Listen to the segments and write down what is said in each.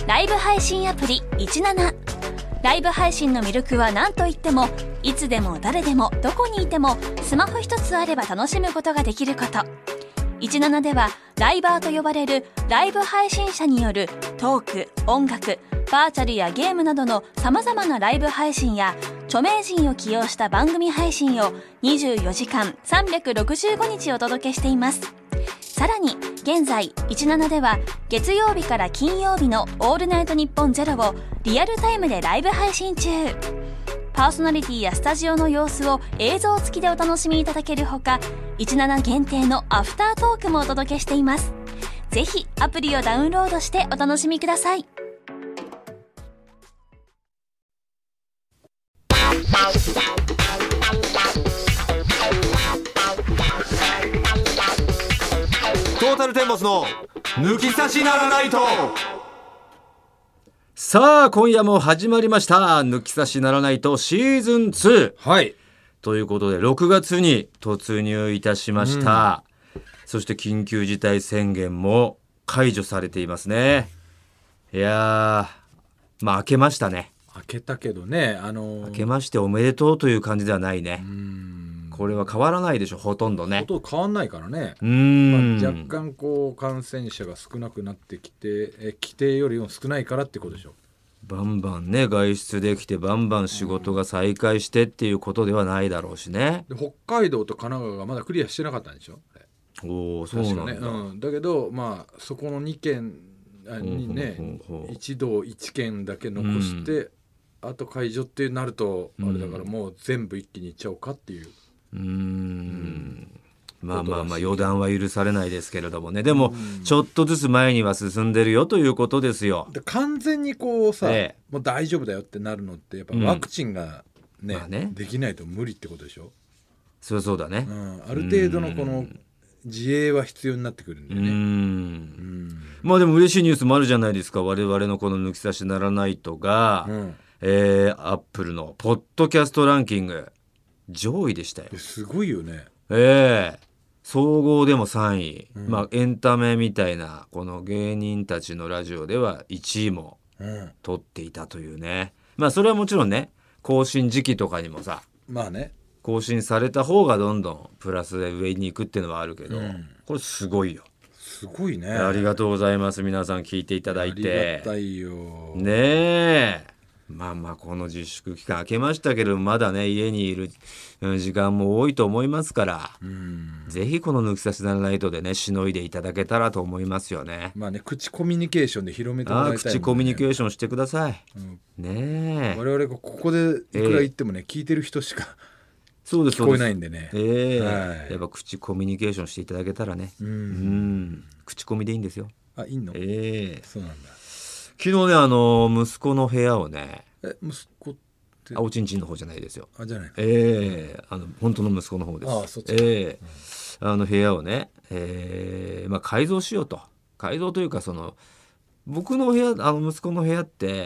ライブ配信アプリ17。ライブ配信の魅力は何といっても、いつでも誰でもどこにいてもスマホ一つあれば楽しむことができること。17ではライバーと呼ばれるライブ配信者によるトーク、音楽、バーチャルやゲームなどの様々なライブ配信や著名人を起用した番組配信を24時間365日お届けしています。さらに現在17では月曜日から金曜日のオールナイトニッポンゼロをリアルタイムでライブ配信中。パーソナリティやスタジオの様子を映像付きでお楽しみいただけるほか、17限定のアフタートークもお届けしています。ぜひアプリをダウンロードしてお楽しみください。 トータルテンボスの抜き差しならないと。 さあ今夜も始まりました、抜き差しならないとシーズン2、 はい、 ということで6月に突入いたしました、そして緊急事態宣言も解除されていますね。いやー、まあ明けましたね。 開けたけどね、 明けましておめでとうという感じではないね。これは変わらないでしょ、ほとんどね。 ほとんど変わんないからね。若干こう感染者が少なくなってきて、規定よりも少ないからってことでしょ。 バンバンね外出できてバンバン仕事が再開してっていうことではないだろうしね。 で北海道と神奈川がまだクリアしてなかったんでしょ。 おー、そうなんだ、 ね、だけどまあそこの2県にね、一道1県だけ残して、あと解除ってなるとあれだから、もう全部一気にいっちゃおうかっていう。 まあまあまあ予断は許されないですけれどもね。でもちょっとずつ前には進んでるよということですよ。 で完全にこうさ、もう大丈夫だよってなるのってやっぱワクチンがね、できないと無理ってことでしょ。 そうだね、 ある程度のこの自衛は必要になってくるんだよね。 まあでも嬉しいニュースもあるじゃないですか。我々のこの抜き差しならないとが、アップルのポッドキャストランキング上位でしたよ。 すごいよね。 総合でも3位、まあエンタメみたいなこの芸人たちのラジオでは1位も取っていたというね。まあそれはもちろんね、更新時期とかにもさ、 まあね、 更新された方がどんどんプラスで上に行くっていうのはあるけど、これすごいよ。 すごいね。 ありがとうございます。皆さん聞いていただいて。 ありがたいよねえ。まあまあこの自粛期間明けましたけれども、まだね家にいる時間も多いと思いますから、ぜひこの抜き差しならないとでねしのいでいただけたらと思いますよね。 まあね、口コミュニケーションで広めてもらいたいもんね。 口コミュニケーションしてください、ねえ。 我々がここでいくら言ってもね、聞いてる人しかそうです聞こえないんでね。 やっぱ口コミュニケーションしていただけたらね、口コミでいいんですよ。 いいの？そうなんだ。 昨日ね息子の部屋をね、 息子っておちんちんの方じゃないですよ。 じゃない。 本当の息子の方です。 そっち。 部屋をね、まあ改造しようと。改造というか僕の部屋、息子の部屋って、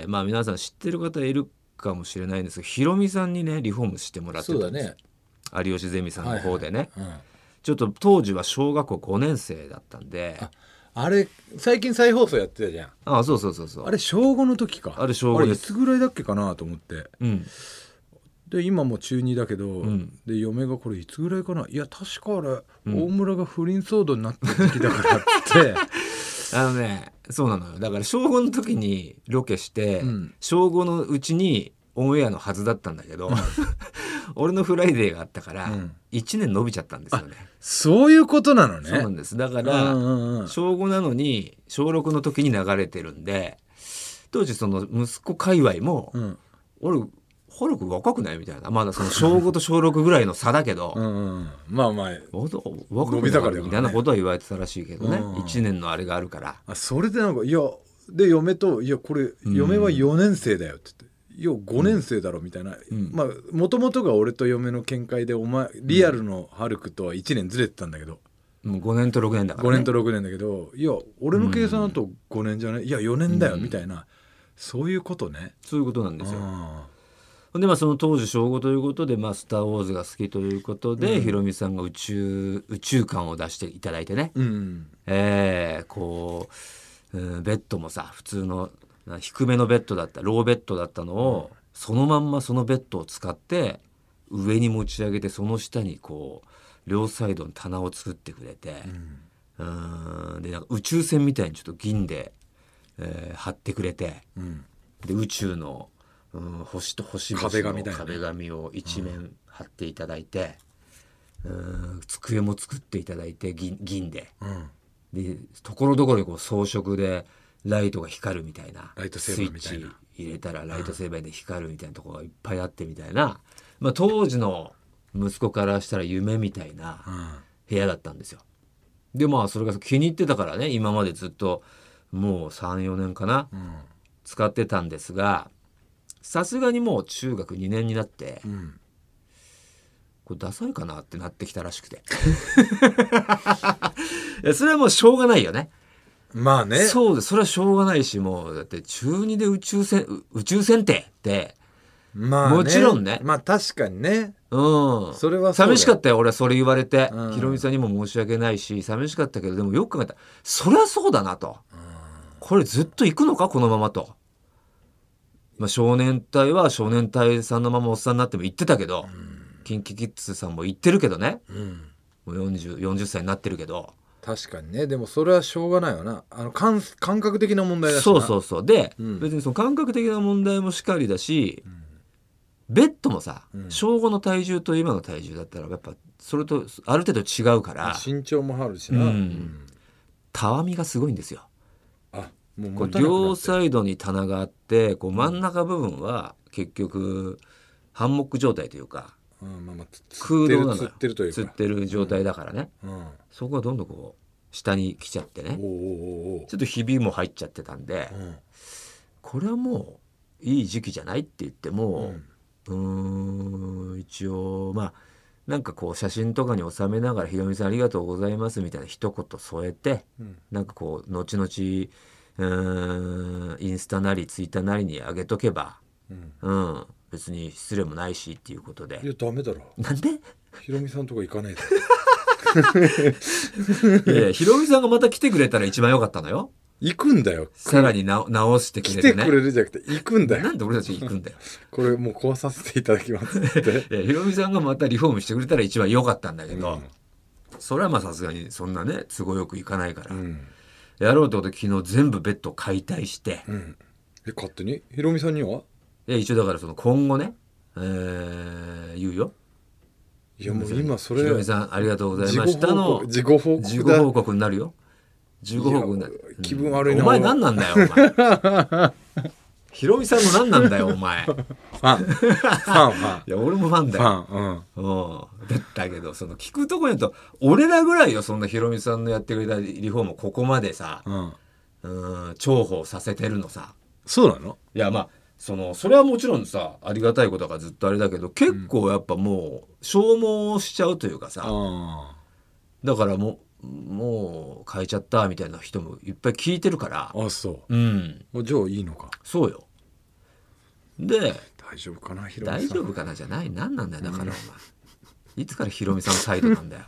まあ皆さん知ってる方いるかもしれないんですけど、ひろみさんにねリフォームしてもらってたんです。そうだね。有吉ゼミさんの方でね、ちょっと当時は小学校5年生だったんで。 あれ最近再放送やってたじゃん。 そうあれ小5の時か。 あれ小5です。 いつぐらいだっけかなと思って、で今も中2だけど、で嫁がこれいつぐらいかな、いや確かあれ、大村が不倫騒動になった時だからってそうなのよ。だから小5の時にロケして、小5のうちにオンエアのはずだったんだけど、俺のフライデーがあったから、1年伸びちゃったんですよね。 そういうことなのね。 そうなんです。だから、小5なのに小6の時に流れてるんで、当時その息子界隈も、俺ハルク若くないみたいな、まだその小5と小6ぐらいの差だけど、 まあまあ若くないみたいなことは言われてたらしいけどね、1年のあれがあるから。 それでなんかで嫁とこれ嫁は4年生だよって言って。5年生だろみたいな、まあもともとが俺と嫁の見解で、お前リアルのハルクとは1年ずれてたんだけど、 もう5年と6年だからね。 5年と6年だけど、俺の計算だと5年じゃない、4年だよみたいな、そういうことね。 そういうことなんですよ。でその当時小5ということで、スター・ウォーズが好きということで、ひろみさんが宇宙観を出していただいてね、こう、ベッドもさ普通の低めのベッドだったローベッドだったのを、そのまんまそのベッドを使って上に持ち上げて、その下にこう両サイドに棚を作ってくれて、でなんか宇宙船みたいにちょっと銀で、貼ってくれて、で宇宙の、星と星々の壁紙を一面貼っていただいて、机も作っていただいて銀で、でところどころにこう装飾でライトが光るみたいな、 ライトセーバーみたいな、 スイッチ入れたらライトセーバーで光るみたいなところがいっぱいあってみたいな、当時の息子からしたら夢みたいな部屋だったんですよ。でそれが気に入ってたからね、今までずっともう 3,4 年かな、使ってたんですが、さすがにもう中学2年になって、これダサいかなってなってきたらしくてそれはもうしょうがないよね。 まあね、 そうです、それはしょうがないし、もうだって中2で宇宙船ってまあね、 もちろんね、 確かにね、 それは寂しかったよ俺、それ言われて、ひろみさんにも申し訳ないし寂しかったけど、でもよく考えたらそりゃそうだなと、これずっと行くのかこのままと、少年隊は少年隊さんのままおっさんになっても言ってたけど、KinKiKidsさんも言ってるけどね、もう40歳になってるけど、 確かにね、でもそれはしょうがないよな、感覚的な問題だしな。 そうで、別にその感覚的な問題もしかりだし、ベッドもさ、小5の体重と今の体重だったらやっぱそれとある程度違うから、 身長もあるしな、 たわみがすごいんですよ。 もうこう両サイドに棚があって、こう真ん中部分は結局ハンモック状態というか、空洞なのよ、つってる状態だからね、そこがどんどんこう下に来ちゃってね、ちょっとひびも入っちゃってたんで、これはもういい時期じゃないって言っても、一応なんかこう写真とかに収めながら「ひろみさんありがとうございます」みたいな一言添えて、なんかこう後々インスタなりツイッターなりに上げとけば、別に失礼もないしっていうことで。 いやダメだろ。 なんでひろみさんとか行かないでいやひろみさんがまた来てくれたら一番良かったのよ。 行くんだよ。 さらに直してくれてね。 来てくれるじゃなくて行くんだよ。 なんで俺たち行くんだよこれもう壊させていただきますってひろみさんがまたリフォームしてくれたら一番良かったんだけど、それはさすがにそんなね都合よくいかないから、やろうってことで昨日全部ベッド解体して、 勝手にひろみさんには一応だからその今後ね、言うよ。 いやもう今それひろみさんありがとうございましたの自己報告になるよ。自己報告になる。 気分悪いな。 お前何なんだよお前ひろみさんの何なんだよお前ファンいや俺もファンだよ。だけどその聞くとこによると俺らぐらいよ、そんなひろみさんのやってくれたリフォームをここまでさ、重宝させてるのさ。 そうなの？ いやそれはもちろんさありがたいことがずっとあれだけど、結構やっぱもう消耗しちゃうというかさ、だからもう変えちゃったみたいな人もいっぱい聞いてるから。 そう。じゃあいいのか。 そうよ。で大丈夫かなひろみさん。 大丈夫かなじゃない、何なんだよだからお前、いつからひろみさんサイドなんだよ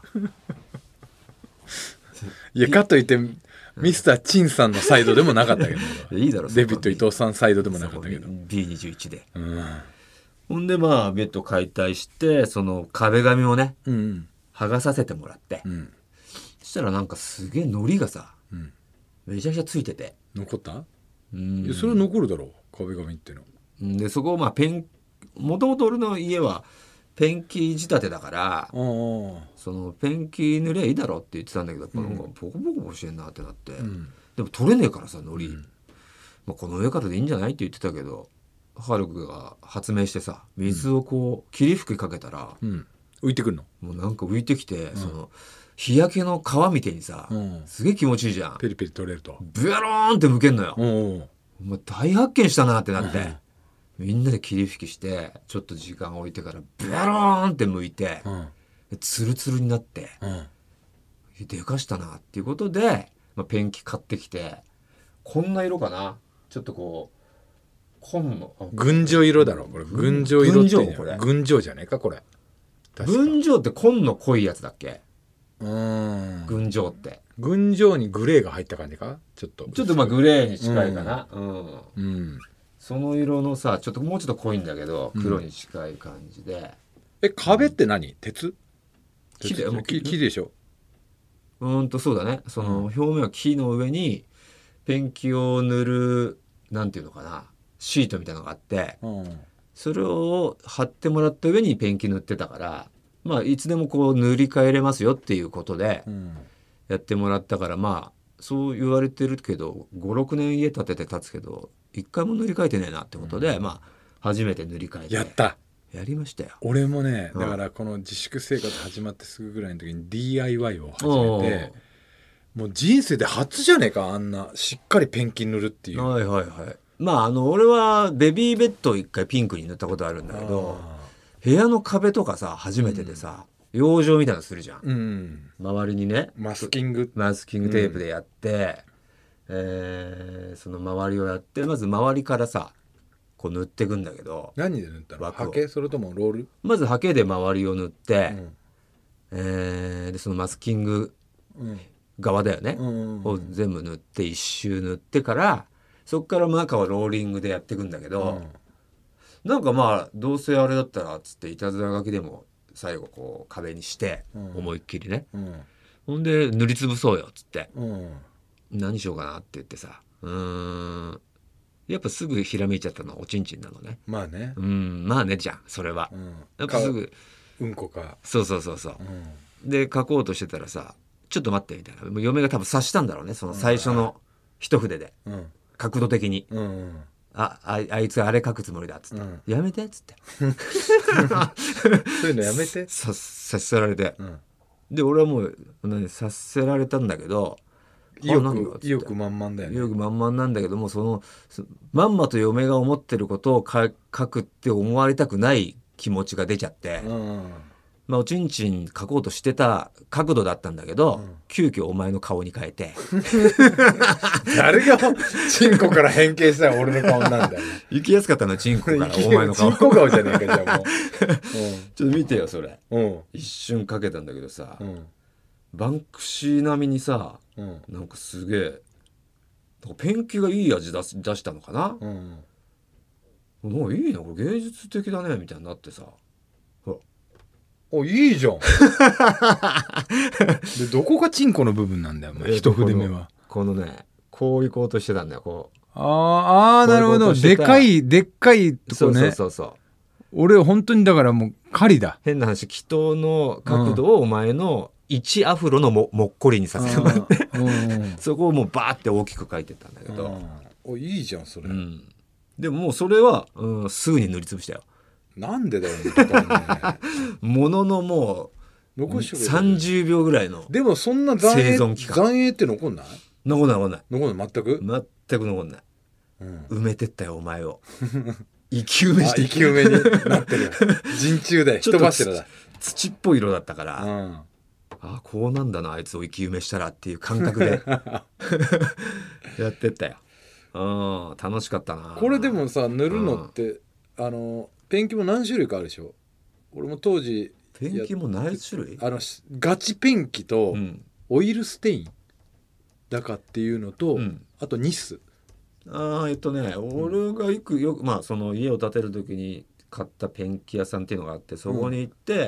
いやかといってミスターチンさんのサイドでもなかったけどいいだろデビッド伊藤さんサイドでもなかったけど B21 で、ほんでベッド解体してその壁紙をね、剥がさせてもらって、そしたらなんかすげえ糊がさ、めちゃくちゃついてて残った？いやそれは残るだろう壁紙っての。 でそこをもともと俺の家はペンキ仕立てだから、そのペンキ塗りゃいいだろって言ってたんだけど、なんかボコボコしてんなってなって、でも取れねえからさ糊、この上からでいいんじゃないって言ってたけど、ハルクが発明してさ水をこう霧吹きかけたら、 浮いてくるの？ もうなんか浮いてきて、その日焼けの皮みたいにさ、すげえ気持ちいいじゃん。 ペリペリ取れるとブヤローンってむけんのよ。お前大発見したなってなって、みんなで霧吹きしてちょっと時間置いてからブヤローンってむいて、ツルツルになって、でかしたなっていうことで、ペンキ買ってきて、こんな色かな、ちょっとこう紺の群青色だろこれ。群青色ってこれ群青じゃねえかこれ。 群青って紺の濃いやつだっけ？ 群青って。 群青にグレーが入った感じか、ちょっとまあグレーに近いかな、その色のさ、ちょっともうちょっと濃いんだけど黒に近い感じで。 壁って何？鉄？ 木だよ。 木でしょ。 そうだね。その表面は木の上にペンキを塗る、なんていうのかな、シートみたいなのがあって、それを貼ってもらった上にペンキ塗ってたから、まあいつでもこう塗り替えれますよっていうことでやってもらったから、まあそう言われてるけど5、6年家建てて経つけど一回も塗り替えてねえなってことで、まあ初めて塗り替えてやりましたよ。 俺もね、だからこの自粛生活始まってすぐぐらいの時に DIY を始めて、もう人生で初じゃねえか、あんなしっかりペンキ塗るっていう。 はいはいはい。まあ俺はベビーベッドを一回ピンクに塗ったことあるんだけど、部屋の壁とかさ初めてでさ、養生みたいなのするじゃん、周りにねマスキングテープでやって、その周りをやって、まず周りからさこう塗っていくんだけど。 何で塗ったの？ハケ？それともロール？ まずハケで周りを塗って、でそのマスキング側だよね、を全部塗って一周塗ってから、そっから中はローリングでやっていくんだけど、なんかまあどうせあれだったらっつっていたずら書きでも最後こう壁にして思いっきりね、ほんで塗りつぶそうよっつって、何しようかなって言ってさ、やっぱすぐひらめいちゃったのはおちんちんなのね。 まあね、 まあねじゃんそれは、やっぱすぐうんこか。 そう、で書こうとしてたらさ、ちょっと待ってみたいな、嫁が多分察したんだろうね、その最初の一筆で、角度的に、あいつあれ書くつもりだっつって、やめてっつってそういうのやめて察せられて、で俺はもう察せられたんだけど、 意欲満々だよね。 意欲満々なんだけども、そのまんまと嫁が思ってることを書くって思われたくない気持ちが出ちゃって、まあ、おちんちん書こうとしてた角度だったんだけど、急遽お前の顔に変えて誰がチンコから変形したら俺の顔なんだよ行きやすかったのチンコからお前の顔。 チンコ顔じゃねえかじゃあもうちょっと見てよそれ、一瞬かけたんだけどさ、バンクシー並みにさ、なんかすげえペンキがいい味出したのかな、もういいなこれ芸術的だねみたいになってさ、 おいいじゃんでどこがチンコの部分なんだよ、一筆目は。 このねこう行こうとしてたんだよ、こう。 あなるほど、でっかいとこね。 そう俺本当にだからもう狩りだ。 変な話、祈祷の角度をお前の1アフロのもっこりにさせてもらってそこをもうバーって大きく書いてたんだけど、 おいいじゃんそれ、 でももうそれは、すぐに塗りつぶしたよ。 なんでだよねもののもう30秒ぐらいのでもそんな残影って残んない？ 残んない全く残んない、埋めてったよお前を生き埋めして、 生き埋めになってる陣中で人柱だ。 土っぽい色だったから、あこうなんだなあいつを生き埋めしたらっていう感覚でやってったよ。楽しかったな。 これでもさ塗るのって、ペンキも何種類かあるでしょ。俺も当時ペンキも何種類？ ガチペンキとオイルステインだかっていうのと、あとニス。 俺がよくまあその家を建てる時に買ったペンキ屋さんっていうのがあって、そこに行って、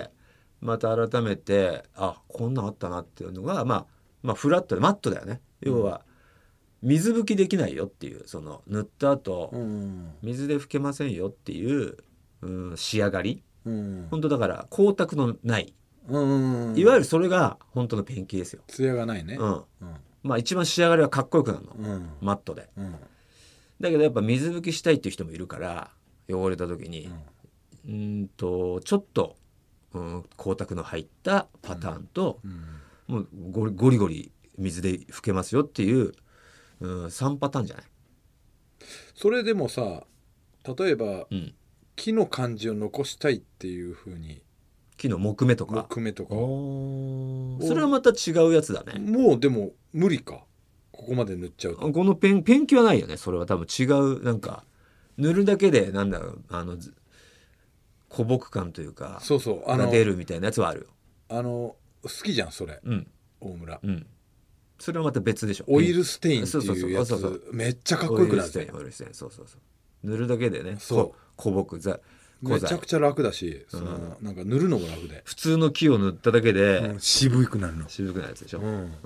また改めてこんなんあったなっていうのが、まあフラットでマットだよね。要は水拭きできないよっていう、その塗った後、水で拭けませんよっていう、仕上がり、本当だから光沢のない、いわゆるそれが本当のペンキですよ。 艶がないね。 まあ一番仕上がりはかっこよくなるの、マットで、だけどやっぱ水拭きしたいっていう人もいるから、汚れた時に、ちょっと、光沢の入ったパターンと、もうゴリゴリ水で拭けますよっていう、3パターンじゃない？ それでもさ、例えば、木の感じを残したいっていう風に、 木の木目とかそれはまた違うやつだね。 もうでも無理か、ここまで塗っちゃうと。 このペンキはないよね。それは多分違う、なんか塗るだけでなんだろう、古木感というかが出るみたいなやつはあるよ。 好きじゃんそれ、大村、 それはまた別でしょ。 オイルステインっていうやそうつめっちゃかっこよくなる。 オイルステインそう塗るだけでね、古木めちゃくちゃ楽だし、なんか塗るのも楽で、 普通の木を塗っただけで、 渋くなるの。 渋くなるやつでしょ。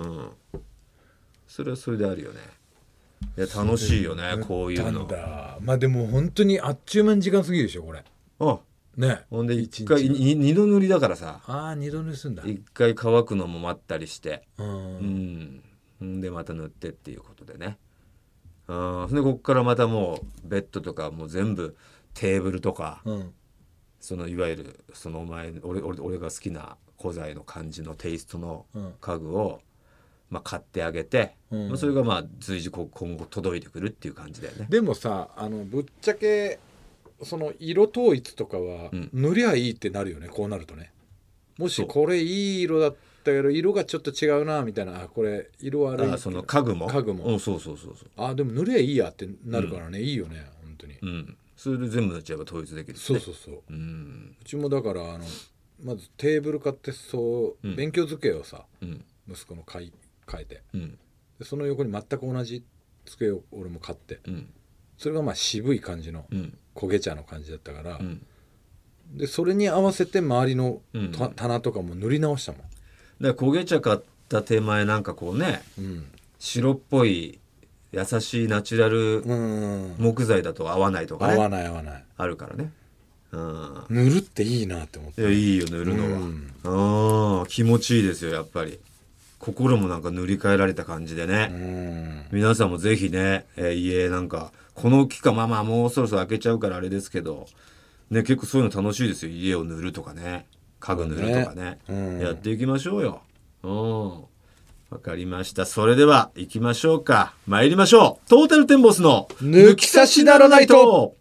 それはそれであるよね。いや楽しいよね、こういうの。 まあでも本当にあっちゅう間に時間過ぎるでしょこれ。ね。 ほんで一回二度塗りだからさ。 二度塗りすんだ。 一回乾くのも待ったりして、でまた塗ってっていうことでね。でこっからまたもうベッドとかもう全部テーブルとか、そのいわゆるその俺が好きな古材の感じのテイストの家具を、買ってあげて、それが随時今後届いてくるっていう感じだよね。 でもさぶっちゃけその色統一とかは塗りゃいいってなるよね、こうなるとね。もしこれいい色だったけど色がちょっと違うなみたいな、これ色悪い、 その家具もそうでも塗りゃいいやってなるからね、いいよね本当に。 それで全部塗っちゃえば統一できる、ね、 そう、うちもだからまずテーブル買って勉強机をさ、息子の変えて、でその横に全く同じ机を俺も買って、それが渋い感じの焦げ茶の感じだったから、でそれに合わせて周りの棚とかも塗り直したもん。 だから焦げ茶買った手前なんかこうね、白っぽい優しいナチュラル木材だと合わないとかね、合わないあるからね、 塗るっていいなって思って。 いいよ塗るのは、気持ちいいですよやっぱり。心もなんか塗り替えられた感じでね、皆さんもぜひね、家なんかこの期間もうそろそろ開けちゃうからあれですけどね、結構そういうの楽しいですよ。家を塗るとかね、家具塗るとかね、やっていきましょうよ。わかりました。それでは行きましょうか。参りましょう。トータルテンボスの抜き差しならないと。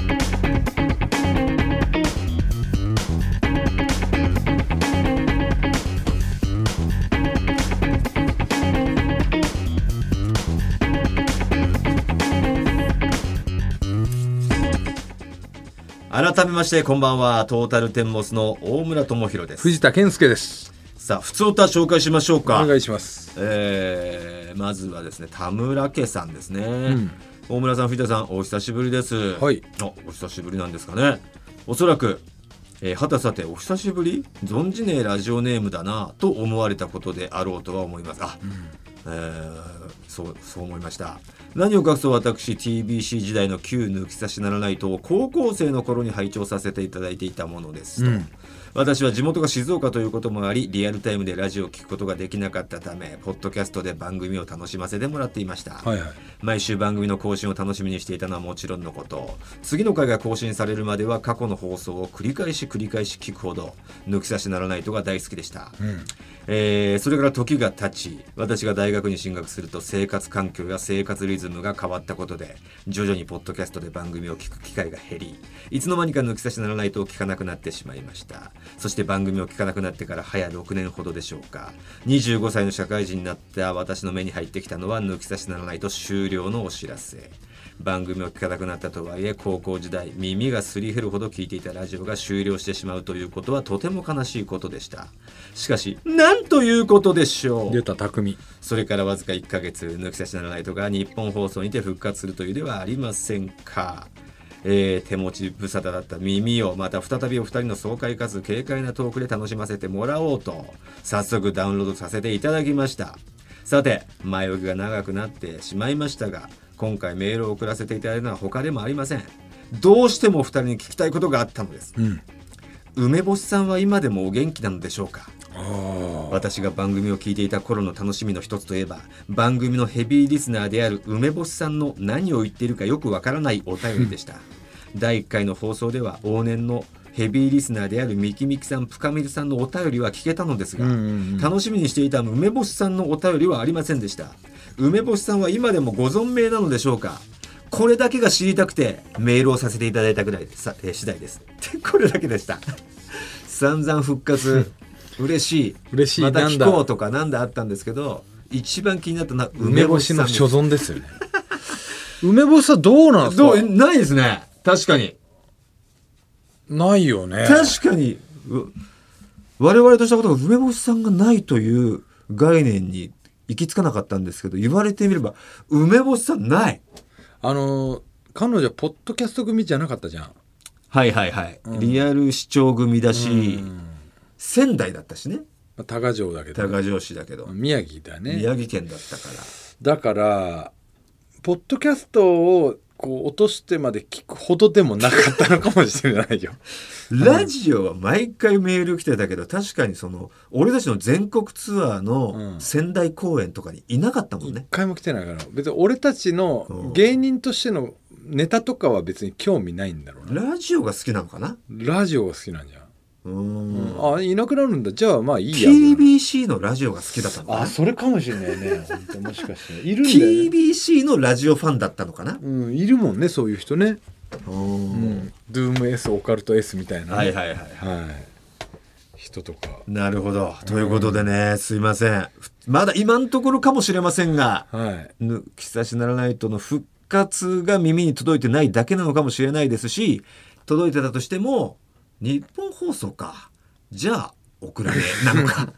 改めましてこんばんは。トータルテンボスの大村智弘です。 藤田健介です。 さあ普通歌紹介しましょうか。 お願いします。 まずはですね、田村家さんですね、大村さん、藤田さん、お久しぶりです。お久しぶりなんですかね。おそらく、はたさてお久しぶり、存じねえラジオネームだなと思われたことであろうとは思います。そう思いました。何を隠そう、私 TBC 時代の旧抜き差しならないと高校生の頃に拝聴させていただいていたものですと、私は地元が静岡ということもあり、リアルタイムでラジオを聞くことができなかったため、ポッドキャストで番組を楽しませてもらっていました、毎週番組の更新を楽しみにしていたのはもちろんのこと、次の回が更新されるまでは過去の放送を繰り返し聞くほど抜き差しならないとが大好きでした、それから時が経ち、私が大学に進学すると生活環境や生活リズムが変わったことで、徐々にポッドキャストで番組を聞く機会が減り、いつの間にか抜き差しならないとを聞かなくなってしまいました。そして番組を聞かなくなってから早6年ほどでしょうか。25歳の社会人になった私の目に入ってきたのは抜き差しならないと終了のお知らせ。番組を聞かなくなったとはいえ、高校時代耳がすり減るほど聞いていたラジオが終了してしまうということはとても悲しいことでした。しかしなんということでしょう。 出た匠。 それからわずか1ヶ月、抜き差しならないとが日本放送にて復活するというではありませんか。手持ち無沙汰だった耳をまた再びお二人の爽快かつ軽快なトークで楽しませてもらおうと早速ダウンロードさせていただきました。さて前置きが長くなってしまいましたが、今回メールを送らせていただいたのは他でもありません。どうしてもお二人に聞きたいことがあったのです、梅干しさんは今でもお元気なのでしょうか。私が番組を聞いていた頃の楽しみの一つといえば、番組のヘビーリスナーである梅干しさんの何を言っているかよくわからないお便りでした。第1回の放送では往年のヘビーリスナーであるミキミキさん、プカミルさんのお便りは聞けたのですが、楽しみにしていた梅干しさんのお便りはありませんでした。梅干しさんは今でもご存命なのでしょうか。これだけが知りたくてメールをさせていただいたぐらい次第ですこれだけでした。散々復活嬉しいまた聞こうとかなんだあったんですけど、一番気になったのは梅干しの所存ですよね梅干しさんどうなんですか。 ないですね。確かにないよね。 確かに我々としたことが梅干しさんがないという概念に行き着かなかったんですけど、言われてみれば梅干しさんない。 彼女はポッドキャスト組じゃなかったじゃん。 はいはいはい、リアル視聴組だし、仙台だったしね。 多賀城だけど、 多賀城市だけど宮城だね。 宮城県だったから。 だからポッドキャストをこう落としてまで聞くほどでもなかったのかもしれないよ。 ラジオは毎回メール来てたけど、確かにその俺たちの全国ツアーの仙台公演とかにいなかったもんね。 一回も来てないから、別に俺たちの芸人としてのネタとかは別に興味ないんだろうな。 ラジオが好きなのかな。 ラジオが好きなんじゃん。 あ、 いなくなるんだ。じゃあまあいいや。 TBC のラジオが好きだったのかな。 それかもしれないね。本当もしかしているんだよね。 TBC のラジオファンだったのかな。 いるもんね、そういう人ね。ドゥーム S オカルト S みたいな、 はいはいはい、 人とか。 なるほど。ということでね、すいません、まだ今のところかもしれませんが、抜き差しならないとの復活が耳に届いてないだけなのかもしれないですし、届いてたとしても日本放送か、じゃあ送られなのか、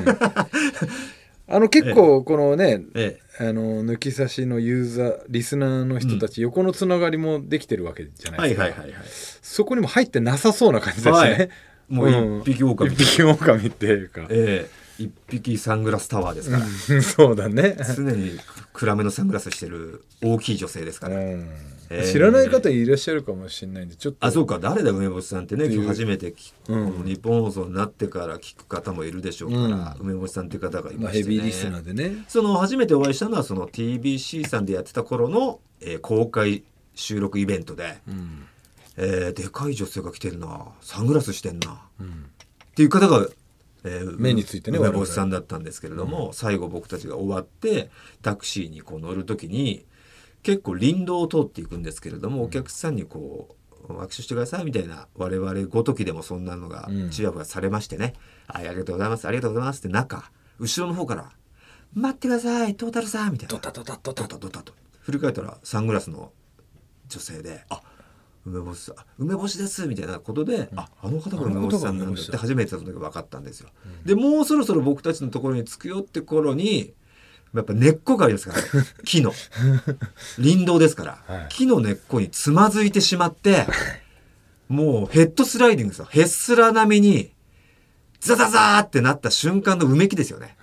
結構このね、抜き差しのユーザーリスナーの人たち、横のつながりもできてるわけじゃないですか。そこにも入ってなさそうな感じですね。 もう一匹狼、 一匹狼っていうか、 一匹サングラスタワーですから、 そうだね。 常に暗めのサングラスしてる大きい女性ですから、 知らない方いらっしゃるかもしれないんで、ちょっと。 そうか、誰だ梅干しさんってね、今日初めてこの日本放送になってから聞く方もいるでしょうから、梅干しさんという方がいましてね、 ヘビーリスナーでね。 その初めてお会いしたのはその TBC さんでやってた頃の、公開収録イベントで、でかい女性が来てるな、サングラスしてんな、っていう方が、 目についてね、 梅干しさんだったんですけれども、最後僕たちが終わってタクシーにこう乗る時に、結構林道を通っていくんですけれども、お客さんにこう握手してくださいみたいな、我々ごときでもそんなのがちやほやされましてね、ありがとうございますありがとうございますって中、後ろの方から待ってくださいトータルさんみたいな、ドタドタドタドタと振り返ったらサングラスの女性で、梅干しですみたいなことで、あの方が梅干しさんなんだって初めてその時分かったんですよ。でもうそろそろ僕たちのところに着くよって頃に、やっぱ根っこがありますから、ね、木の林道ですから、木の根っこにつまずいてしまって、もうヘッドスライディングですよ。ヘッスラ並みにザザザーってなった瞬間のうめきですよね。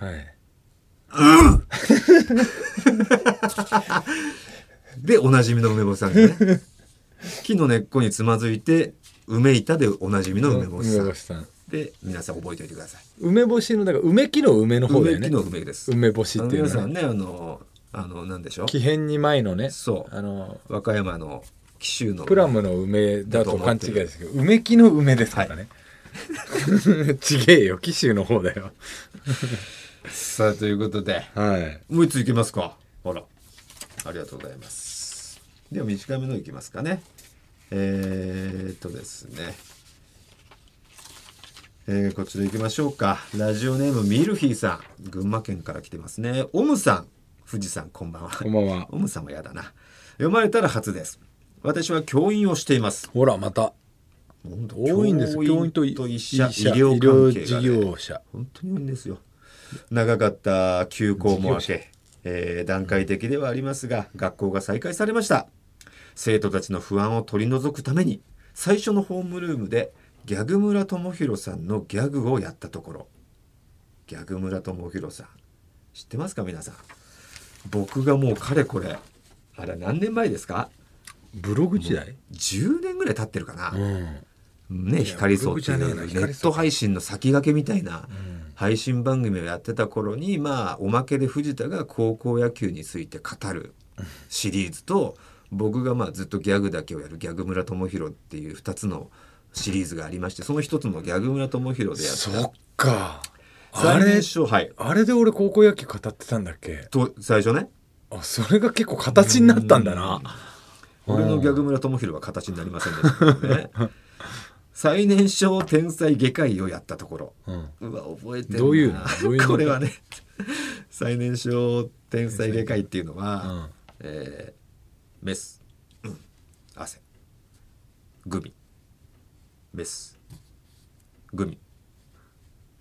でおなじみの梅干しさんがね、木の根っこにつまずいてうめいたでおなじみの梅干しさんで、皆さん覚えておいてください。 梅干しのだから梅木の梅の方だよね。 梅木の梅です。 梅干しっていうのは、 皆さんね、なんでしょう、 木偏に前のね、 和歌山の紀州のプラムの梅だと勘違いですけど、梅木の梅ですからね、ちげえよ、紀州の方だよ。 さあということで、もう一ついきますか。ほら、ありがとうございます。では短めのいきますかね。ですね、こちら行きましょうか。ラジオネームミルヒーさん、群馬県から来てますね。オムさん、富士山、こんばんは。 こんばんは。 オムさんはやだな。読まれたら初です。私は教員をしています。 ほらまた多いんです。教員と医者、医療関係が、 事業者、 本当に多いんですよ。長かった休校も明け、段階的ではありますが学校が再開されました。生徒たちの不安を取り除くために最初のホームルームでギャグ村智弘さんのギャグをやったところ、ギャグ村智弘さん知ってますか皆さん。僕がもうかれこれあれ何年前ですか。 ブログ時代 10年ぐらい経ってるかな、ね、光そうっていうネット配信の先駆けみたいな配信番組をやってた頃に、おまけで藤田が高校野球について語るシリーズと、僕がずっとギャグだけをやるギャグ村智弘っていう2つのシリーズがありまして、その一つのギャグ村智弘でやった。 そっか、 あれで俺高校野球語ってたんだっけと最初ね。 それが結構形になったんだな。 俺のギャグ村智弘は形になりませんでしたけどね。最年少天才外科医をやったところ、うわ覚えてるな。 どういうのこれはね最年少天才外科医っていうのは、メス、汗、グミ、メス、グミ、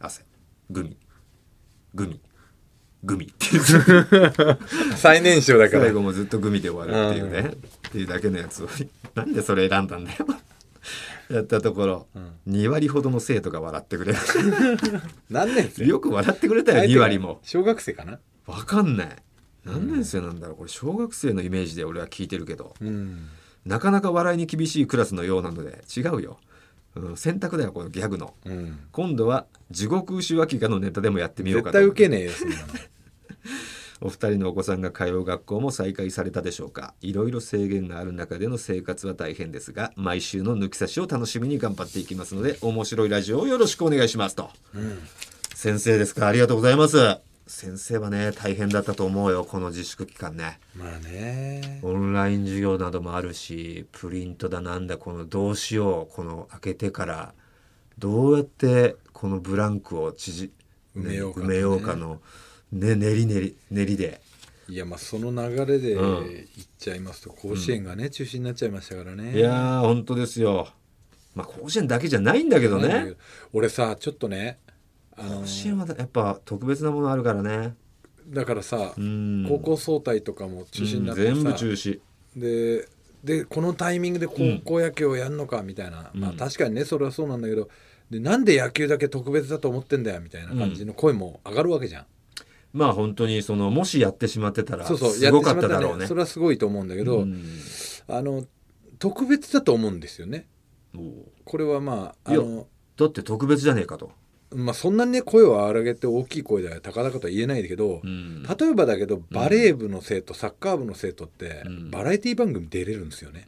汗グミグミグミっていう最年少だから最後もずっとグミで終わるっていうね、っていうだけのやつをなんでそれ選んだんだよやったところ、2割ほどの生徒が笑ってくれる何年生よく笑ってくれたよ2割も。 小学生かな。 分かんない何年生なんだろうこれ。小学生のイメージで俺は聞いてるけど、なかなか笑いに厳しいクラスのようなので違うよ、選択だよこのギャグの、今度は地獄牛脇がのネタでもやってみようかと。 絶対受けねえよそんなのお二人のお子さんが通う学校も再開されたでしょうか。いろいろ制限がある中での生活は大変ですが、毎週の抜き差しを楽しみに頑張っていきますので、面白いラジオをよろしくお願いしますと、先生ですか。ありがとうございます。先生はね大変だったと思うよこの自粛期間ね。 まあね、 オンライン授業などもあるし、プリントだなんだ、このどうしよう、この開けてからどうやってこのブランクを埋めようかのね、練りで。 いやまあその流れで言っちゃいますと、甲子園がね、中止になっちゃいましたからね。 いやー本当ですよ。まあ甲子園だけじゃないんだけどね。 俺さちょっとね、 甲子園はやっぱ特別なものあるからね。 だからさ、高校総体とかも中止になってさ、 全部中止でこのタイミングで高校野球をやるのかみたいな、まあ確かにねそれはそうなんだけど、でなんで野球だけ特別だと思ってんだよみたいな感じの声も上がるわけじゃん。 まあ本当にそのもしやってしまってたらそうすごかっただろうね。 それはすごいと思うんだけど、特別だと思うんですよね。これはまあだって特別じゃねえかと。 まあそんなにね声を荒げて大きい声で高々とは言えないけど、例えばだけどバレー部の生徒、サッカー部の生徒って、バラエティ番組出れるんですよね。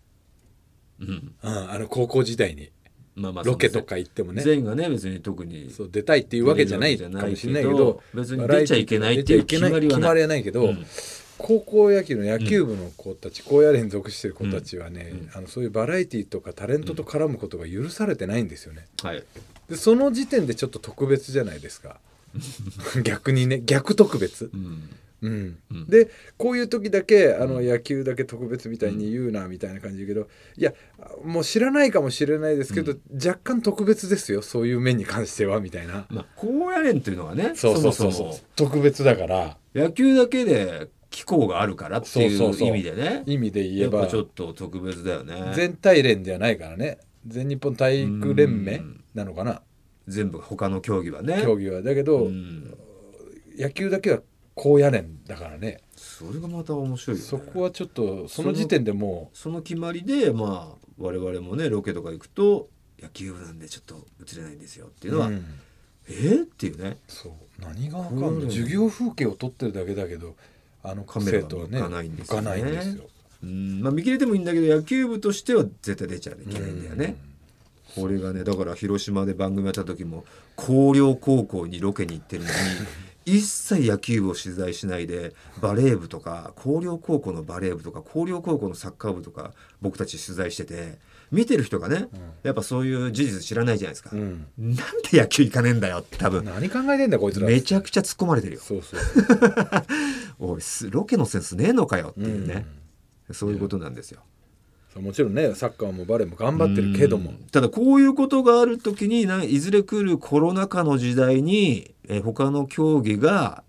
高校時代に。ロケとか行ってもね、 全員がね別に特にそう出たいっていうわけじゃないかもしれないけど、 別に出ちゃいけないっていう決まりはないけど、高校野球の野球部の子たち、高野連属してる子たちはね、そういうバラエティとかタレントと絡むことが許されてないんですよね。でその時点でちょっと特別じゃないですか逆にね、逆特別。でこういう時だけ野球だけ特別みたいに言うなみたいな感じだけど、いやもう知らないかもしれないですけど、若干特別ですよそういう面に関してはみたいな。 高野連っていうのはね、 そう特別だから、 野球だけで機構があるからっていう意味でね、 意味で言えばやっぱちょっと特別だよね。 全体連ではないからね、全日本体育連盟なのかな、 全部他の競技はね。 競技はだけど、野球だけは高野連だからね。 それがまた面白いよね。 そこはちょっとその時点でもうその決まりで、まあ我々もねロケとか行くと野球部なんでちょっと映れないんですよっていうのは、っていうね。 そう何が分かんない、授業風景を撮ってるだけだけどカメラが向かないんですよね。まあ見切れてもいいんだけど野球部としては絶対出ちゃいけないんだよね。これがね、だから広島で番組やった時も広陵高校にロケに行ってるのに一切野球部を取材しないでバレー部とか広陵高校のバレー部とか広陵高校のサッカー部とか僕たち取材してて、見てる人がね、やっぱそういう事実知らないじゃないですか、なんで野球行かねえんだよって多分何考えてんだこいつらめちゃくちゃ突っ込まれてるよ。おいロケのセンスねえのかよっていうね、そういうことなんですよ。 もちろんねサッカーもバレーも頑張ってるけども、 ただこういうことがある時にいずれ来るコロナ禍の時代に、他の競技が、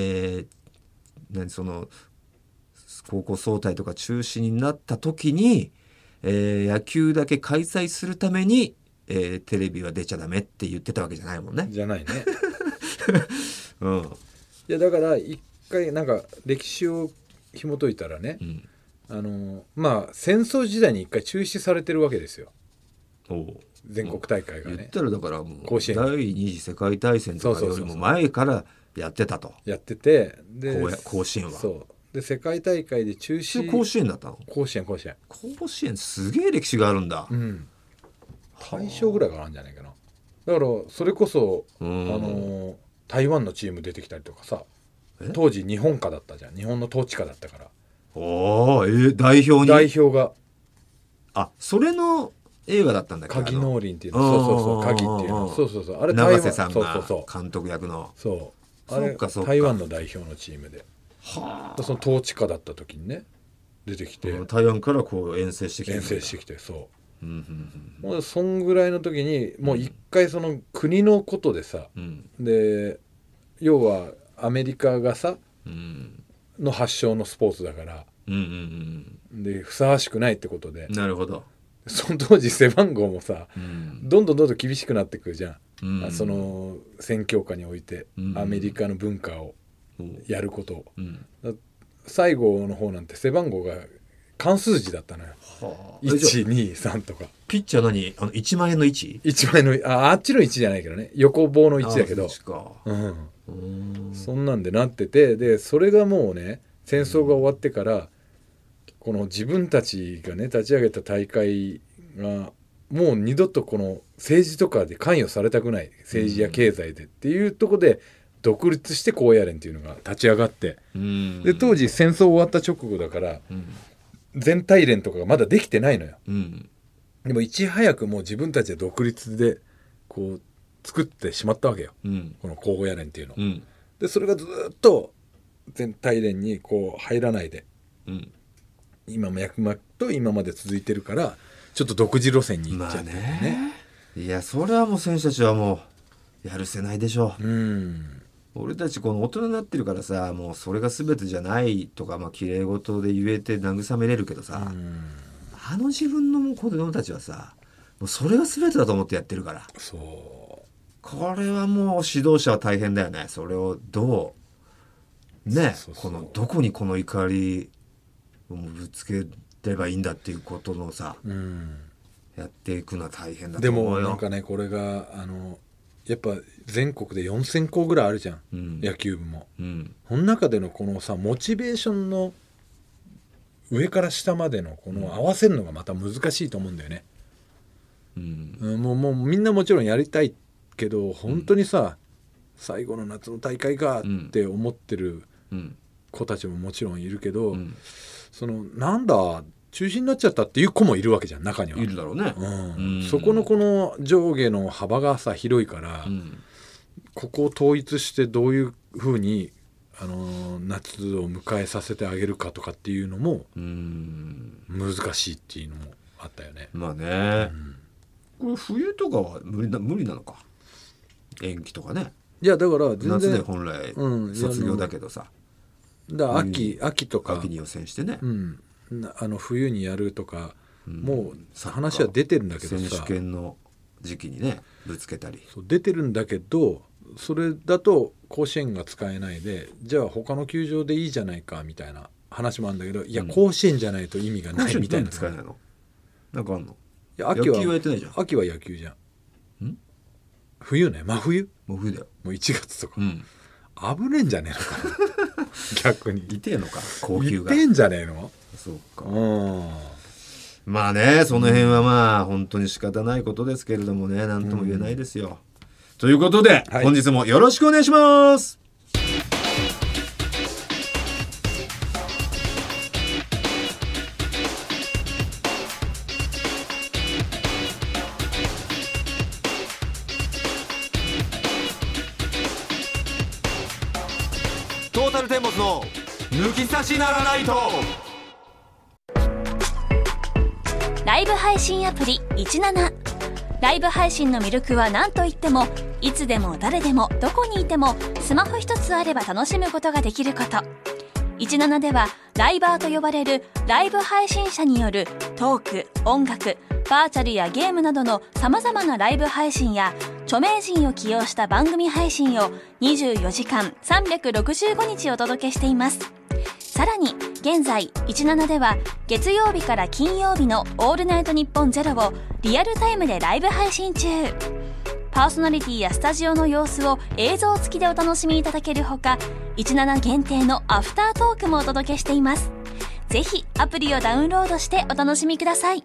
その高校総体とか中止になった時に、野球だけ開催するために、テレビは出ちゃダメって言ってたわけじゃないもんね。 じゃないねいやだから一回なんか歴史を紐解いたらね、まあ戦争時代に一回中止されてるわけですよ、全国大会がね。 言ったらだからもう甲子園第二次世界大戦とかよりも前からやってたと。 やってて、で甲子園はで世界大会で中止。 甲子園だったの？ 甲子園すげえ歴史があるんだ。 大正ぐらいからあるんじゃないかな。だからそれこそ台湾のチーム出てきたりとかさ、当時日本下だったじゃん、日本の統治下だったから。 代表がそれの映画だったんだっけ。 鍵農林っていうの。そう鍵っていうの。あれ永瀬さんが監督役の。 あれ台湾の代表のチームで、その統治下だった時にね出てきて、 台湾からこう遠征してきてそんぐらいの時にもう一回その国のことでさ、で要はアメリカがさ、の発祥のスポーツだから、でふさわしくないってことで、 なるほど。 その当時背番号もさ、どんどん厳しくなってくるじゃん、その宣教下において、アメリカの文化をやることを、最後の方なんて背番号が漢数字だったのよ、123とか。 ピッチャー何1万円の1？ 1万円のあっちの1じゃないけどね、横棒の1だけど、そんなんでなってて、でそれがもうね戦争が終わってから、この自分たちがね立ち上げた大会がもう二度とこの政治とかで関与されたくない、政治や経済でっていうところで独立して高野連っていうのが立ち上がって、で当時戦争終わった直後だから、全体連とかがまだできてないのよ、でもいち早くもう自分たちで独立でこう作ってしまったわけよ、この高野連っていうの、でそれがずっと全体連にこう入らないで、今も脈々と今まで続いてるから、ちょっと独自路線に行っちゃってね。 いやそれはもう選手たちはもうやるせないでしょう。俺たちこの大人になってるからさ、もうそれが全てじゃないとか、綺麗事で言えて慰めれるけどさ、自分の子供たちはさ、もうそれが全てだと思ってやってるから、これはもう指導者は大変だよね。それをどうね、このどこにこの怒りをぶつければいいんだっていうことのさ、やっていくのは大変だと思うよ。 でもなんかね、これがやっぱ全国で4000校ぐらいあるじゃん、野球部も、その中でのこのさモチベーションの上から下までのこの合わせるのがまた難しいと思うんだよね、もうみんなもちろんやりたいけど、本当にさ、最後の夏の大会かって思ってる子たちももちろんいるけど、そのなんだ中止になっちゃったっていう子もいるわけじゃん、中には。 いるだろうね、 そこのこの上下の幅がさ広いから、ここを統一してどういうふうに夏を迎えさせてあげるかとかっていうのも難しいっていうのもあったよね。 まあね、これ冬とかは無理なのか、延期とかね。 いやだから全然夏で本来卒業だけどさ、 だ秋とか秋に予選してね、 冬にやるとか、もう話は出てるんだけどさ、 選手権の時期にねぶつけたり出てるんだけど、それだと甲子園が使えないで、じゃあ他の球場でいいじゃないかみたいな話もあるんだけど、いや甲子園じゃないと意味がないみたいな。 使えないのなんかあんの？ いや秋は野球はやってないじゃん。 秋は野球じゃん。冬ね、真冬もう冬だよ。 もう1月とか、危ねえんじゃねえのかな逆に痛えのか、高級が痛えんじゃねえの。 そうか、まあね、その辺はまあ本当に仕方ないことですけれどもね、何とも言えないですよ、ということで、本日もよろしくお願いします。 トータルテンボスの抜き差しならないと。 ライブ配信アプリ17。ライブ配信の魅力は何といっても、いつでも誰でもどこにいてもスマホ一つあれば楽しむことができること。17ではライバーと呼ばれるライブ配信者によるトーク、音楽、バーチャルやゲームなどの様々なライブ配信や、著名人を起用した番組配信を24時間365日お届けしています。さらに現在17では月曜日から金曜日のオールナイトニッポンゼロをリアルタイムでライブ配信中。パーソナリティやスタジオの様子を映像付きでお楽しみいただけるほか、17限定のアフタートークもお届けしています。ぜひアプリをダウンロードしてお楽しみください。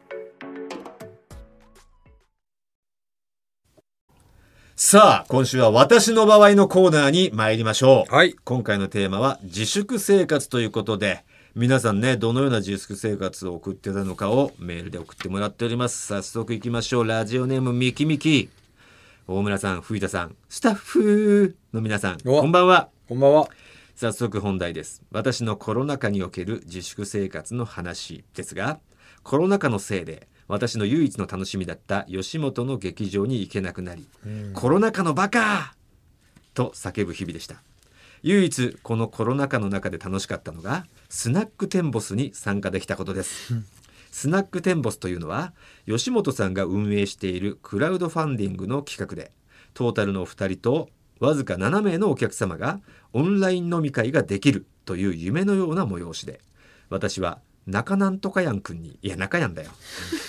さあ今週は私の場合のコーナーに参りましょう。 はい、 今回のテーマは自粛生活ということで、皆さんね、どのような自粛生活を送ってたのかをメールで送ってもらっております。早速いきましょう。ラジオネームミキミキ。大村さん、藤田さん、スタッフの皆さん、こんばんは。 こんばんは。 早速本題です。私のコロナ禍における自粛生活の話ですが、コロナ禍のせいで私の唯一の楽しみだった吉本の劇場に行けなくなり、コロナ禍のバカと叫ぶ日々でした。唯一このコロナ禍の中で楽しかったのがスナックテンボスに参加できたことです。スナックテンボスというのは吉本さんが運営しているクラウドファンディングの企画で、トータルの2人とわずか7名のお客様がオンライン飲み会ができるという夢のような催しで、私は中なんとかやんくんに、いや中やんだよ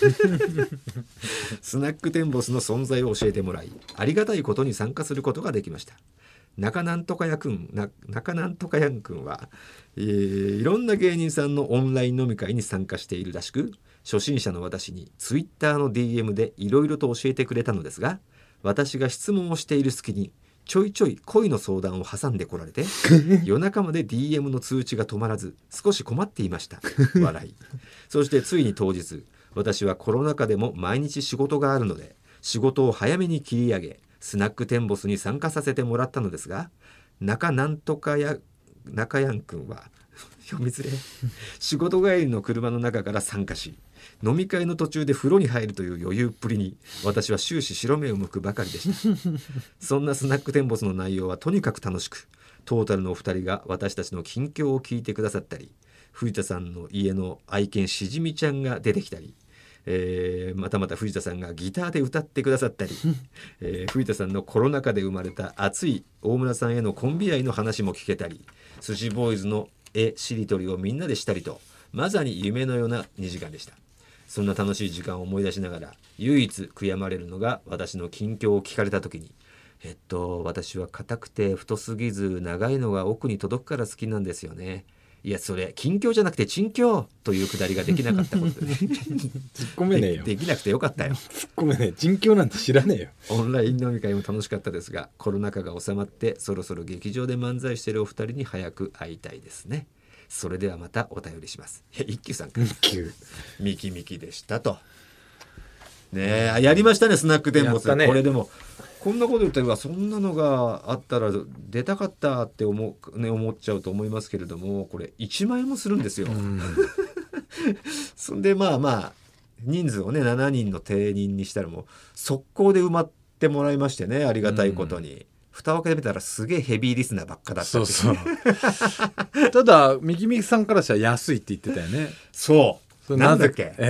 スナックテンボスの存在を教えてもらい、ありがたいことに参加することができました。中なんとかやんくんは、いろんな芸人さんのオンライン飲み会に参加しているらしく、初心者の私にツイッターの DM でいろいろと教えてくれたのですが、私が質問をしている隙にちょいちょい恋の相談を挟んでこられて夜中まで DM の通知が止まらず少し困っていました笑い。そしてついに当日、私はコロナ禍でも毎日仕事があるので仕事を早めに切り上げ、スナックテンボスに参加させてもらったのですが、中やんくんは読みづれ仕事帰りの車の中から参加し、飲み会の途中で風呂に入るという余裕っぷりに私は終始白目を向くばかりでしたそんなスナックテンボスの内容はとにかく楽しく、トータルのお二人が私たちの近況を聞いてくださったり、藤田さんの家の愛犬しじみちゃんが出てきたり、また藤田さんがギターで歌ってくださったり、藤田さんのコロナ禍で生まれた熱い大村さんへのコンビ愛の話も聞けたり、寿司ボーイズのしりとりをみんなでしたりと、まさに夢のような2時間でした。そんな楽しい時間を思い出しながら、唯一悔やまれるのが私の近況を聞かれた時に、私は硬くて太すぎず長いのが奥に届くから好きなんですよね。いやそれ近況じゃなくて珍況というくだりができなかったことで突っ込めねえよ。 できなくてよかったよ。 突っ込めねえ、珍況なんて知らねえよ。 オンライン飲み会も楽しかったですが、コロナ禍が収まってそろそろ劇場で漫才しているお二人に早く会いたいですね。それではまたお便りします。いや一休さんからミキミキでしたとねえ、やりましたねスナックテンボス、ね、これでもこんなこと言ったらそんなのがあったら出たかったって思っちゃうと思いますけれども、これ1万円もするんですよ、そんでまあ人数をね7人の定員にしたらもう速攻で埋まってもらいましてね、ありがたいことに、蓋を開けてみたらすげえヘビーリスナーばっかだった。 そうただミキミキさんからしたら安いって言ってたよね。 そうなんだっけ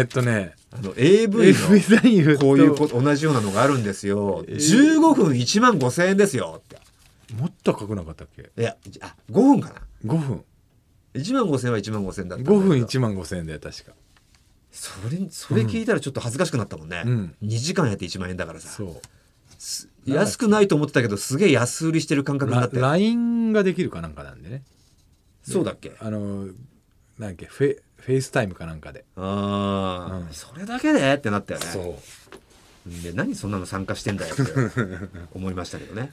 AV のこういうこと同じようなのがあるんですよ、15分1万5千円ですよって。 もっと高くなかったっけ。 いや5分かな、 5分 1万5千円は1万5千円だったんだ5分1万5千円だよ確か。 それ聞いたらちょっと恥ずかしくなったもんね、2時間やって1万円だからさ。そう安くないと思ってたけどすげえ安売りしてる感覚になって、 LINE ができるかなんかなんでね。 そうだっけ、 なんだっけフェイスタイムかなんかで、 それだけでってなったよね。そうで何そんなの参加してんだよって思いましたけどね。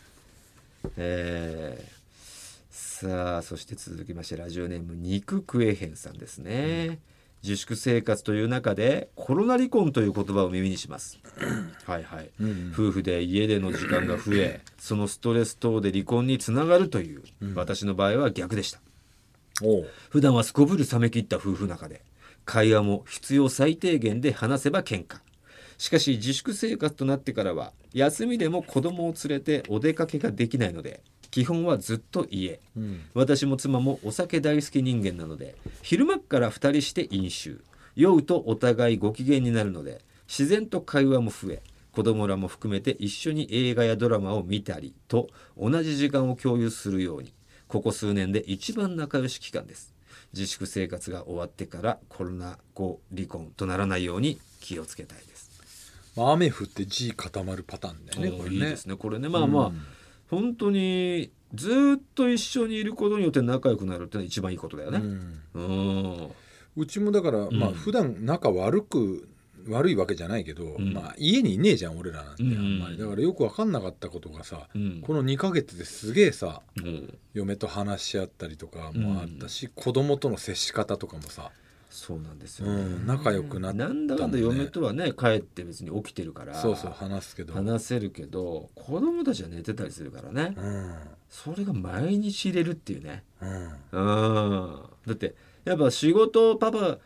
さあそして続きましてラジオネーム肉食えへんさんですね、自粛生活という中でコロナ離婚という言葉を耳にしますはいはい、夫婦で家での時間が増えそのストレス等で離婚につながるという、私の場合は逆でした。普段はすこぶる冷め切った夫婦仲で会話も必要最低限で話せば喧嘩。しかし自粛生活となってからは休みでも子供を連れてお出かけができないので基本はずっと家、私も妻もお酒大好き人間なので昼間っから2人して飲酒酔うとお互いご機嫌になるので自然と会話も増え子供らも含めて一緒に映画やドラマを見たりと同じ時間を共有するようにここ数年で一番仲良し期間です。自粛生活が終わってからコロナ後離婚とならないように気をつけたいです。 雨降って地固まるパターンだよね。これねいいですねこれね。本当にずっと一緒にいることによって仲良くなるってのは一番いいことだよね。 うちもだから、普段仲悪いわけじゃないけど、家にいねえじゃん俺らなんて、あんまりだからよく分かんなかったことがさ、この2ヶ月ですげえさ、嫁と話し合ったりとかもあったし、子供との接し方とかもさそうなんですよ、ね仲良くなった、 なんだかんだ嫁とはね帰って別に起きてるから話せるけど子供たちは寝てたりするからね、それが毎日入れるっていうね、だってやっぱ仕事パパ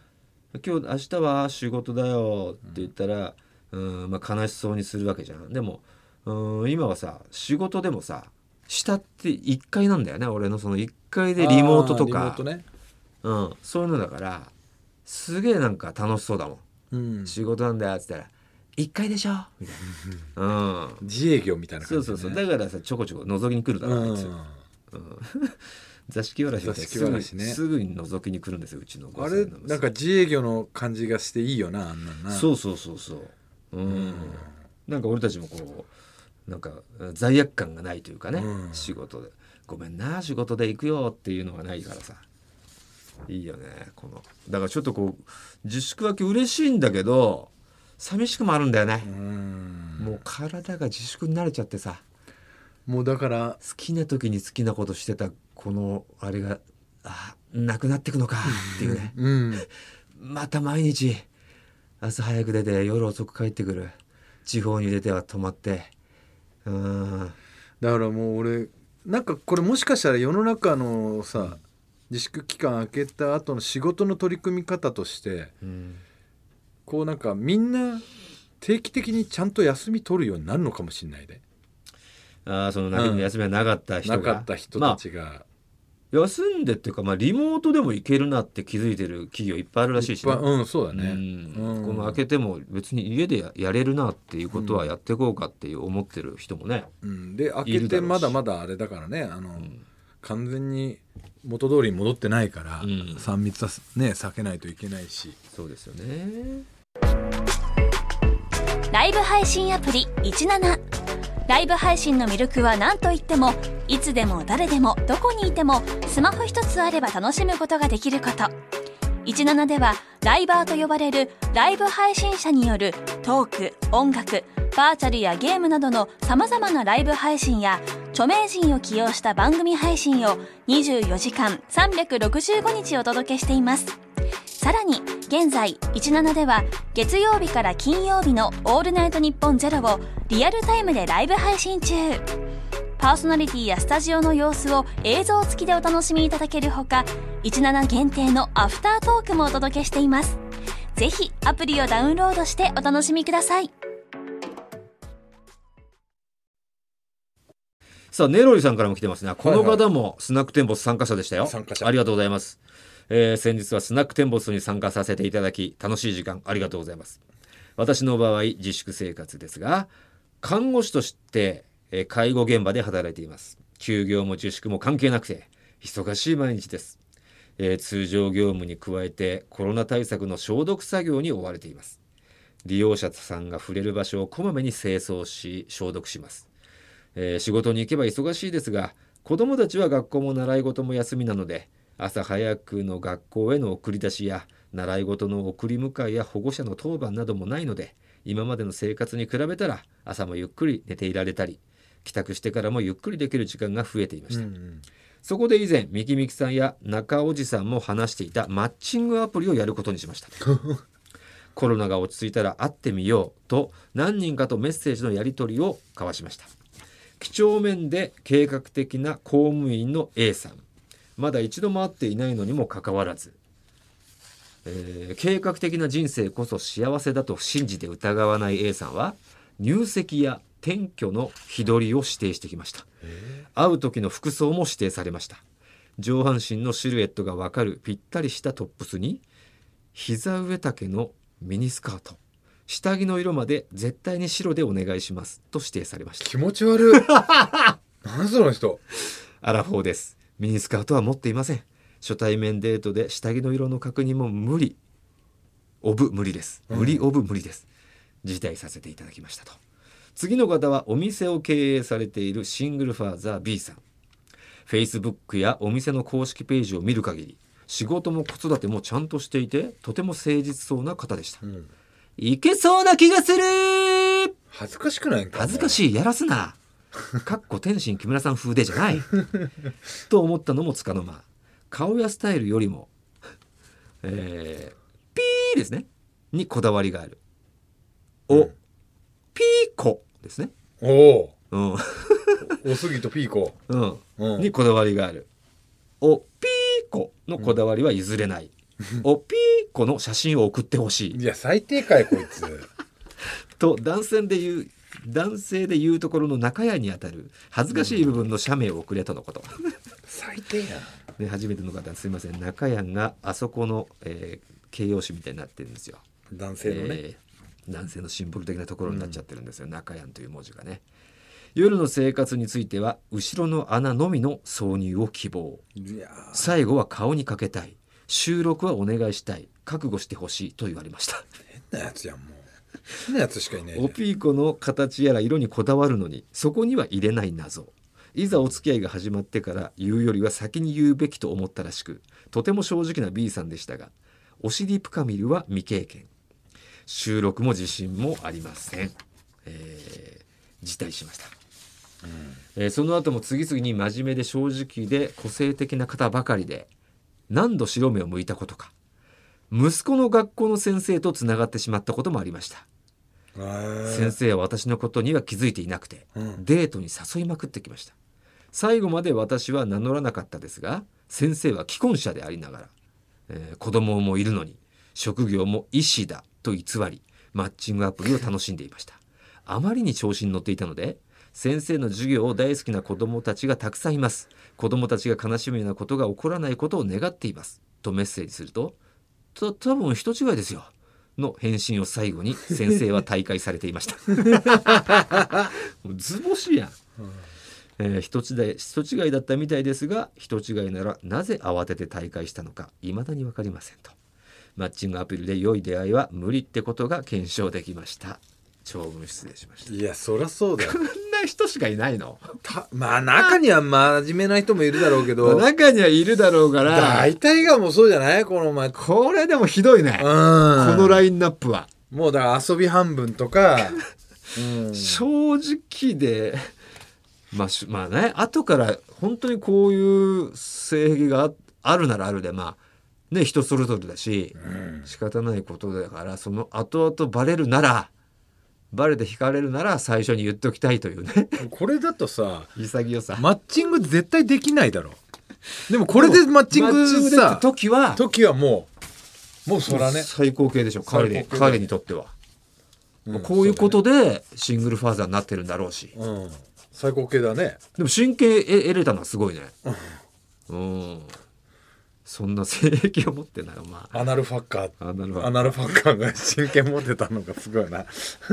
今日明日は仕事だよって言ったら、まあ、悲しそうにするわけじゃん。でも今はさ仕事でもさ下って1階なんだよね。俺のその1階でリモートとか、 リモートね、 そういうのだからすげえなんか楽しそうだもん、仕事なんだよっつったら1階でしょみたいな、 自営業みたいなそう感じ、ね、 そうそうだからさちょこちょこ覗きに来るだろうあいつ、座敷わらしみたい座敷わらしね、 すぐに覗きに来るんですようちのあれなんか自営業の感じがしていいよなあんなんな。 そうそうそうそう、なんか俺たちもこうなんか罪悪感がないというかね、仕事でごめんな仕事で行くよっていうのがないからさいいよね。このだからちょっとこう自粛明け嬉しいんだけど寂しくもあるんだよね。もう体が自粛に慣れちゃってさ、 もうだから好きな時に好きなことしてたこのあれがなくなってくのかっていうね、また毎日朝早く出て夜遅く帰ってくる、地方に出ては泊まって、 だからもう俺なんかこれもしかしたら世の中のさ自粛期間明けた後の仕事の取り組み方として、こうなんかみんな定期的にちゃんと休み取るようになるのかもしれないで。 その休みがなかった人が、 なかった人たちが、 休んでっていうか、リモートでも行けるなって気づいてる企業いっぱいあるらしいしね、 そうだね、 この開けても別に家でやれるなっていうことはやっていこうかっていう思ってる人もね、 で開けてまだまだあれだからね完全に元通りに戻ってないから、3密はね避けないといけないし。 そうですよね。 ライブ配信アプリ17。ライブ配信の魅力は何といってもいつでも誰でもどこにいてもスマホ一つあれば楽しむことができること。17ではライバーと呼ばれるライブ配信者によるトーク、音楽、バーチャルやゲームなどの様々なライブ配信や著名人を起用した番組配信を24時間365日お届けしています。さらに現在17では月曜日から金曜日のオールナイトニッポンゼロをリアルタイムでライブ配信中。パーソナリティやスタジオの様子を映像付きでお楽しみいただけるほか、17限定のアフタートークもお届けしています。ぜひアプリをダウンロードしてお楽しみください。 さあネロリさんからも来てますね。この方もスナックテンボス参加者でしたよ。ありがとうございます。先日はスナックテンボスに参加させていただき楽しい時間ありがとうございます。私の場合自粛生活ですが看護師として介護現場で働いています。休業も自粛も関係なくて忙しい毎日です。通常業務に加えてコロナ対策の消毒作業に追われています。利用者さんが触れる場所をこまめに清掃し消毒します。仕事に行けば忙しいですが子どもたちは学校も習い事も休みなので朝早くの学校への送り出しや習い事の送り迎えや保護者の当番などもないので今までの生活に比べたら朝もゆっくり寝ていられたり帰宅してからもゆっくりできる時間が増えていました、そこで以前ミキミキさんや中おじさんも話していたマッチングアプリをやることにしましたコロナが落ち着いたら会ってみようと何人かとメッセージのやり取りを交わしました。几帳面で計画的な公務員の A さん、まだ一度も会っていないのにもかかわらず、計画的な人生こそ幸せだと信じて疑わない A さんは入籍や転居の日取りを指定してきました。会う時の服装も指定されました。上半身のシルエットがわかるぴったりしたトップスに膝上丈のミニスカート、下着の色まで絶対に白でお願いしますと指定されました。 気持ち悪い何その人。 アラフォーです。ミニスカートは持っていません。初対面デートで下着の色の確認も無理です。無理です。辞退させていただきましたと。次の方はお店を経営されているシングルファーザー B さん。Facebook やお店の公式ページを見る限り仕事も子育てもちゃんとしていてとても誠実そうな方でした、いけそうな気がする。 恥ずかしくないんか。 恥ずかしい、やらすなかっこ天心木村さん風でじゃないと思ったのもつかの間。顔やスタイルよりも、ピーですねにこだわりがある。ピーコですね。 おすぎとピーコ、 にこだわりがある。ピーコのこだわりは譲れない。 おピーコの写真を送ってほしいいや最低かいこいつと男性で言うところの中屋にあたる恥ずかしい部分の写メを送れとのこと、 最低やで初めての方すいません、中屋があそこの、形容詞みたいになってるんですよ。 男性のね、 男性のシンボル的なところになっちゃってるんですよ、中屋という文字がね。夜の生活については後ろの穴のみの挿入を希望、 いや最後は顔にかけたい、収録はお願いしたい、覚悟してほしいと言われました変なやつやんもう変なやつしかいないじゃんおピーコの形やら色にこだわるのにそこには入れない謎、いざお付き合いが始まってから言うよりは先に言うべきと思ったらしく、とても正直な B さんでしたが、お尻プカミルは未経験、収録も自信もありません、辞退しました、その後も次々に真面目で正直で個性的な方ばかりで、何度白目を向いたことか、息子の学校の先生とつながってしまったこともありました。先生は私のことには気づいていなくて、デートに誘いまくってきました。最後まで私は名乗らなかったですが、先生は既婚者でありながら、子供もいるのに職業も医師だと偽りマッチングアプリを楽しんでいましたあまりに調子に乗っていたので、先生の授業を大好きな子供たちがたくさんいます、子供たちが悲しむようなことが起こらないことを願っていますとメッセージすると、多分人違いですよの返信を最後に先生は退会されていましたもう図星やん、人違いだったみたいですが、人違いならなぜ慌てて退会したのか未だに分かりませんと。マッチングアプリで良い出会いは無理ってことが検証できました。長文失礼しました。 いやそりゃそうだよこんな人しかいないのまあ中には真面目な人もいるだろうけど、 中にはいるだろうから大体がもうそうじゃないこの前これでもひどいね、このラインナップはもうだから遊び半分とか、 正直でまあね、後から本当にこういう性癖があるならあるで、まあね人それぞれだし、仕方ないことだから、その後々バレて惹かれるなら最初に言っておきたいというねこれだとさ潔さ、 マッチング絶対できないだろ。でもこれでマッチングさ時はもうそらね最高形でしょ、彼にとっては、こういうことでシングルファーザーになってるんだろうし、 最高形だね。 でも神経得れたのはすごいねそんな性癖を持ってない、まあ、 アナルファッカーが真剣持ってたのがすごいな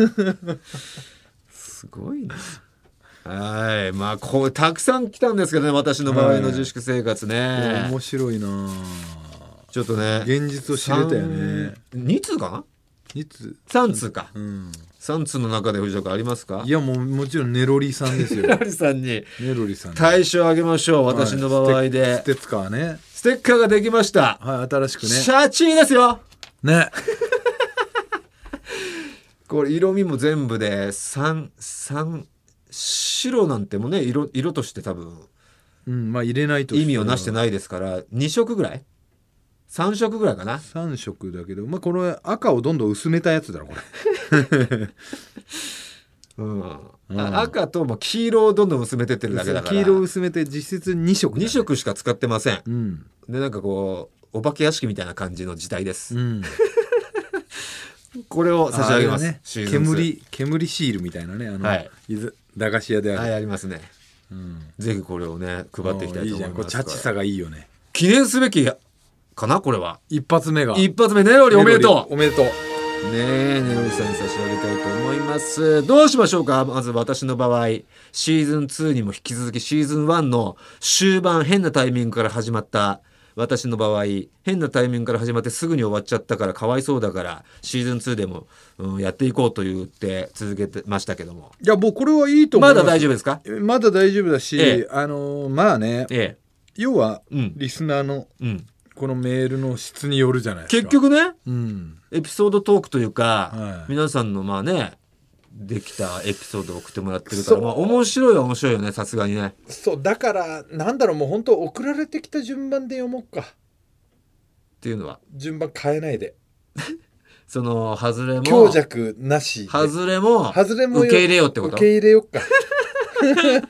すごいね。はい、まあこうたくさん来たんですけどね、私の場合の自粛生活ね、 面白いな。 ちょっとね現実を知れたよね。 2通かな3通か、3通の中で藤田君ありますか。 いやもちろんネロリさんですよ。 ネロリさんに大賞あげましょう。私の場合で、 ステッカーね、 ステッカーができました。 はい、新しくね、 シャチーですよねこれ色味も全部で3白なんてもね、色として多分、 まあ入れないと意味をなしてないですから、2色ぐらい3色ぐらいかな。 3色だけど、まあ、この赤をどんどん薄めたやつだろこれ赤と黄色をどんどん薄めてってるだけだから、 黄色を薄めて実質2色、 2色しか使ってません、でなんかこうお化け屋敷みたいな感じの時代です、これを差し上げます、 ね、煙シールみたいなね、駄菓子屋である、 ありますね、ぜひこれをね配っていきたいと思います。いいじゃん、これチャチさがいいよね。 記念すべきかな、これは一発目ネロリおめでとうおめでとうね。ネロリさんに差し上げたいと思います。どうしましょうか。まず私の場合シーズン2にも引き続きシーズン1の終盤、変なタイミングから始まった私の場合、変なタイミングから始まってすぐに終わっちゃったからかわいそうだからシーズン2でも、やっていこうと言って続けてましたけども、 いやもうこれはいいと思います。 まだ大丈夫ですか。 まだ大丈夫だし、まあね、要は、リスナーの、このメールの質によるじゃないですか。 結局ね、エピソードトークというか、皆さんのまあねできたエピソードを送ってもらってるから、まあ面白いは面白いよね、さすがにね。 そうだからなんだろう、もう本当送られてきた順番で読もうかっていうのは、 順番変えないでその外れも強弱なし、 外れも受け入れようってこと。 受け入れようか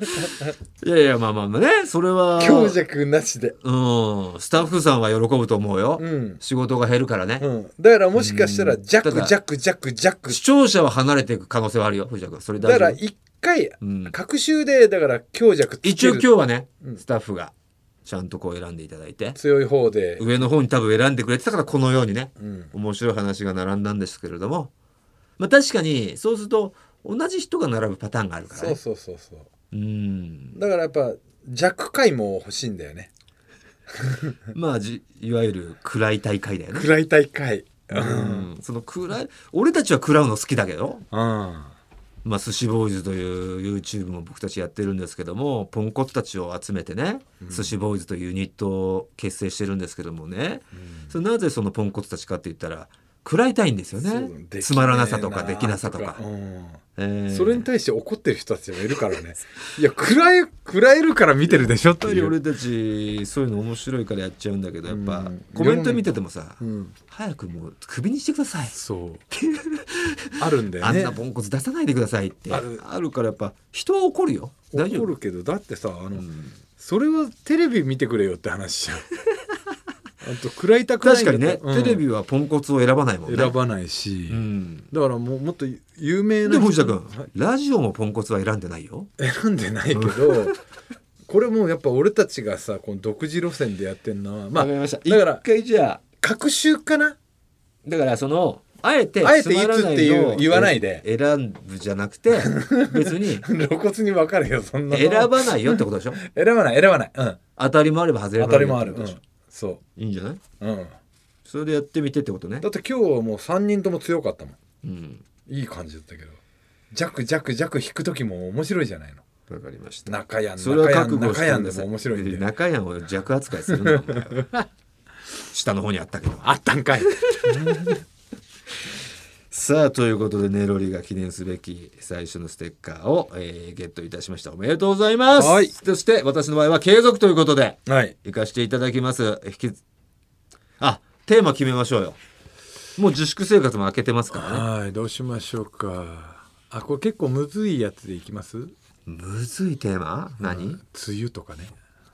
いやいやまあまあまあねそれは強弱なしで、 スタッフさんは喜ぶと思うよ、仕事が減るからね、 だからもしかしたら弱視聴者は離れていく可能性はあるよ藤田君それ大丈夫だから一回、隔週でだから強弱つける一応今日はね、スタッフがちゃんとこう選んでいただいて強い方で上の方に多分選んでくれてたからこのようにね、面白い話が並んだんですけれども、まあ確かにそうすると同じ人が並ぶパターンがあるからね。 そうだからやっぱ弱回も欲しいんだよねまあいわゆる暗い大会だよね。 暗い大会、 その俺たちは食らうの好きだけど、まあ寿司ボーイズという YouTube も僕たちやってるんですけどもポンコツたちを集めてね、寿司ボーイズというユニットを結成してるんですけどもね、それなぜそのポンコツたちかって言ったら食らいたいんですよね。つまらなさとかできなさとか、 それに対して怒ってる人たちもいるからねいや食らえるから見てるでしょっていう。 俺たちそういうの面白いからやっちゃうんだけどやっぱ、コメント見ててもさ、早くもうクビにしてくださいそうあるんだよね。 あんなポンコツ出さないでくださいってあるからやっぱ人は怒るよ。大丈夫。 怒るけどだってさそれはテレビ見てくれよって話じゃんあと食らいたくないんだ。 確かにね、テレビはポンコツを選ばないもんね。 選ばないし、だからもっと有名なでも藤田君、ラジオもポンコツは選んでないよ。 選んでないけどこれもやっぱ俺たちがさこの独自路線でやってんのはまあだから一回じゃあ隔週かな。 だからそのあえていつって言わないで選ぶじゃなくて別に露骨に分かるよそんなの。 選ばないよってことでしょ。 選ばない、 当たりもあれば外れもある。 そういいんじゃない。それでやってみてってことね。 だって今日はもう3人とも強かったもん、いい感じだったけど弱引く時も面白いじゃないの。 わかりました。 中やんそれは覚悟して中やんでも面白いんで。 中やんを弱扱いするの下の方にあったけどあったんかいさあということでネロリが記念すべき最初のステッカーを、ゲットいたしました。おめでとうございます、そして私の場合は継続ということで、行かせていただきます。テーマ決めましょうよ。もう自粛生活も明けてますからね。 どうしましょうか。これ結構むずいやつでいきます。 むずいテーマ何、 梅雨とかね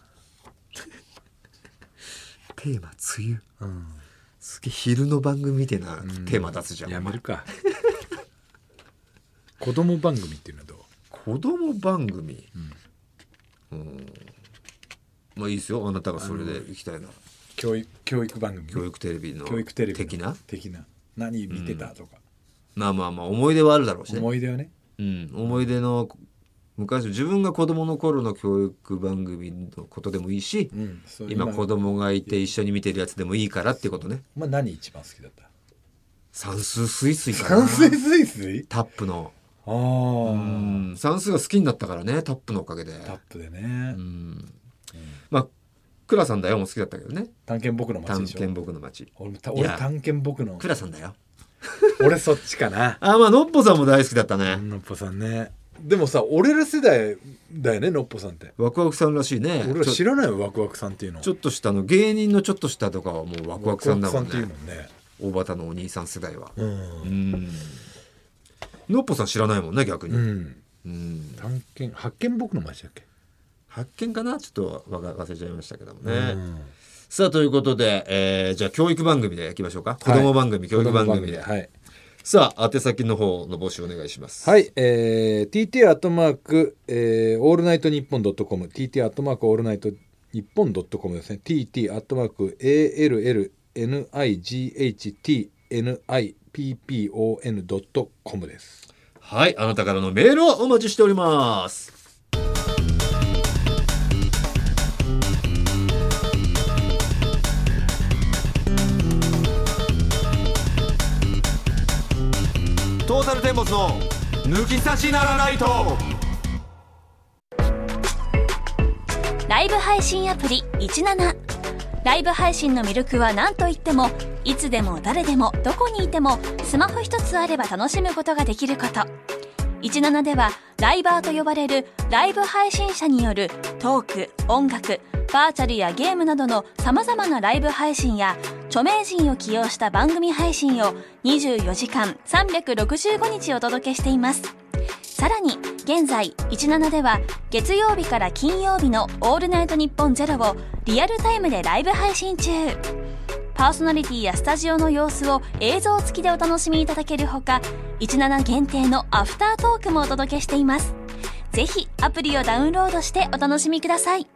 テーマ梅雨、すげえ昼の番組みたいなテーマ出すじゃん、 やめるか子供番組っていうのはどう。 子供番組、まあいいですよあなたがそれで行きたいな。 教育番組、 教育テレビの的な何見てたとか、 まあ思い出はあるだろうしね。 思い出はね、 思い出の昔自分が子供の頃の教育番組のことでもいいし、今子供がいて一緒に見てるやつでもいいからっていうことね。 何一番好きだった。 算数スイスイかな。 算数スイタップの算数が好きになったからねタップのおかげで。 タップでね。 まあ倉さんだよも好きだったけどね。 探検僕の街でしょ。 探検僕の街。 俺探検僕の倉さんだよ俺そっちかな。 まあのっぽさんも大好きだったね。 のっぽさんね。でもさ俺ら世代だよねのっぽさんって。 ワクワクさんらしいね。 俺ら知らないよワクワクさんっていうの。 ちょっと下の芸人のちょっと下とかはもうワクワクさんだもんね。 ワクワクさんっていうもんね。 大畑のお兄さん世代は。のっぽさん知らないもんね逆に。 探検発見僕の街だっけ。 発見かなちょっと忘れちゃいましたけどもね。さあということで、じゃあ教育番組でいきましょうか。子供番組、教育番組で。さあ宛先の方の募集お願いします。 TT アットマークオールナイトニッポンドットコム TT アットマークオールナイトニッポンドットコムですね。 TT アットマーク ALLNIGHTNIPPON ドットコムです。 はい、あなたからのメールをお待ちしております。 トータルテンボスの抜き差しならないと。 ライブ配信アプリ17。ライブ配信の魅力は何といってもいつでも誰でもどこにいてもスマホ一つあれば楽しむことができること。17ではライバーと呼ばれるライブ配信者によるトーク、音楽、バーチャルやゲームなどの様々なライブ配信や著名人を起用した番組配信を24時間365日お届けしています。 さらに現在17では月曜日から金曜日のオールナイトニッポンゼロをリアルタイムでライブ配信中。パーソナリティやスタジオの様子を映像付きでお楽しみいただけるほか、17限定のアフタートークもお届けしています。ぜひアプリをダウンロードしてお楽しみください。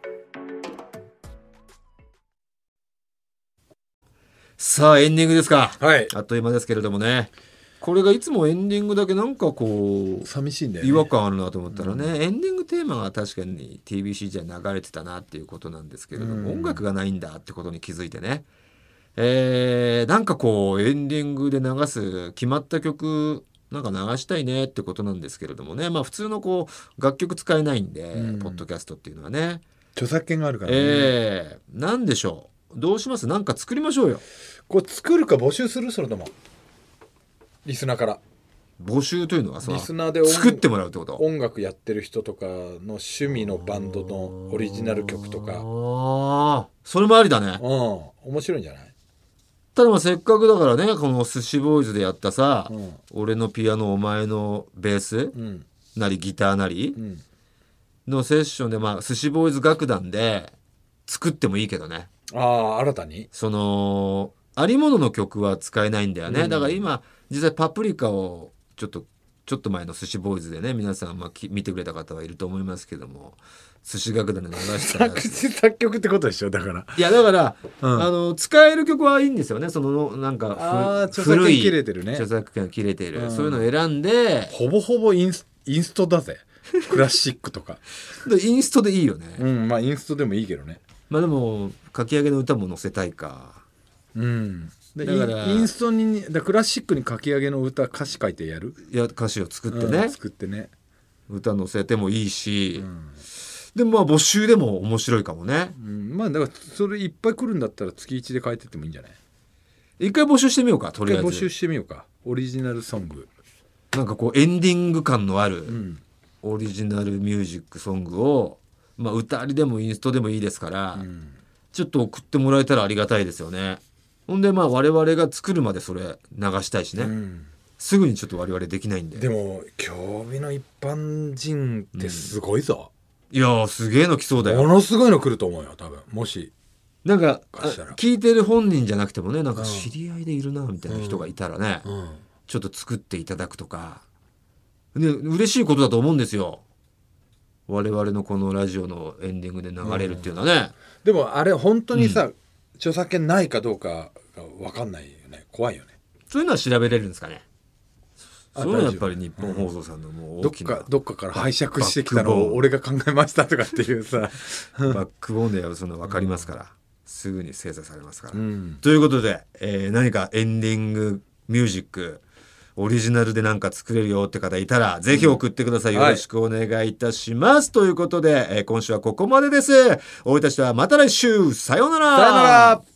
さあエンディングですか。 はい。 あっという間ですけれどもね、これがいつもエンディングだけなんかこう寂しいんだよね。 違和感あるなと思ったらね、エンディングテーマが確かに TBC じゃ流れてたなっていうことなんですけれども、音楽がないんだってことに気づいてね、なんかこうエンディングで流す決まった曲なんか流したいねってことなんですけれどもね、まあ普通のこう楽曲使えないんで、ポッドキャストっていうのはね著作権があるからね。 なんでしょう、どうします？なんか作りましょうよ。 これ作るか募集する？それともリスナーから募集というのはさ、 リスナーで作ってもらうってこと？ 音楽やってる人とかの趣味のバンドのオリジナル曲とか。 それもありだね。 面白いんじゃない？ ただまあせっかくだからね、この寿司ボーイズでやったさ、俺のピアノお前のベース、なりギターなり、のセッションでまあ寿司ボーイズ楽団で作ってもいいけどね。 新たにそのありものの曲は使えないんだよね、だから今実際パプリカをちょっと前の寿司ボーイズでね、皆さん見てくれた方はいると思いますけども、寿司楽団で流したやつ作曲ってことでしょ。だからいやだから、使える曲はいいんですよね。そのなんか古い著作権切れてる、そういうのを選んで、 ほぼほぼインストだぜクラシックとかインストでいいよね。 まあインストでもいいけどね。 まあでも書き上げの歌も載せたいか。 だからインストにクラシックに書き上げの歌歌詞書いてやる。 いや歌詞を作ってね、歌載せてもいいし、でもまあ募集でも面白いかもね。 まあだからそれいっぱい来るんだったら月1で書いてってもいいんじゃない？ 一回募集してみようか。とりあえず募集してみようか。オリジナルソング、 なんかこうエンディング感のあるオリジナルミュージックソングを、まあ歌ありでもインストでもいいですから、ちょっと送ってもらえたらありがたいですよね。ほんでまあ我々が作るまでそれ流したいしね、すぐにちょっと我々できないんで。 でも興味の一般人ってすごいぞ、 いやすげえの来そうだよ。 ものすごいの来ると思うよ多分。もしなんか聞いてる本人じゃなくてもね、なんか知り合いでいるなみたいな人がいたらね、ちょっと作っていただくとかね、嬉しいことだと思うんですよ。我々のこのラジオのエンディングで流れるっていうのはね、 でもあれ本当にさ、著作権ないかどうかが分かんないよね。怖いよね。 そういうのは調べれるんですかね。そういうのはやっぱり日本放送さんのもう大きなどっかから拝借してきたのを俺が考えましたとかっていうさバックボーンでやるその分かりますから、すぐに精査されますから、ということで、何かエンディングミュージックオリジナルでなんか作れるよって方いたらぜひ送ってください、よろしくお願いいたします、ということで、今週はここまでです。おいたちはまた来週、さようなら。 さようなら。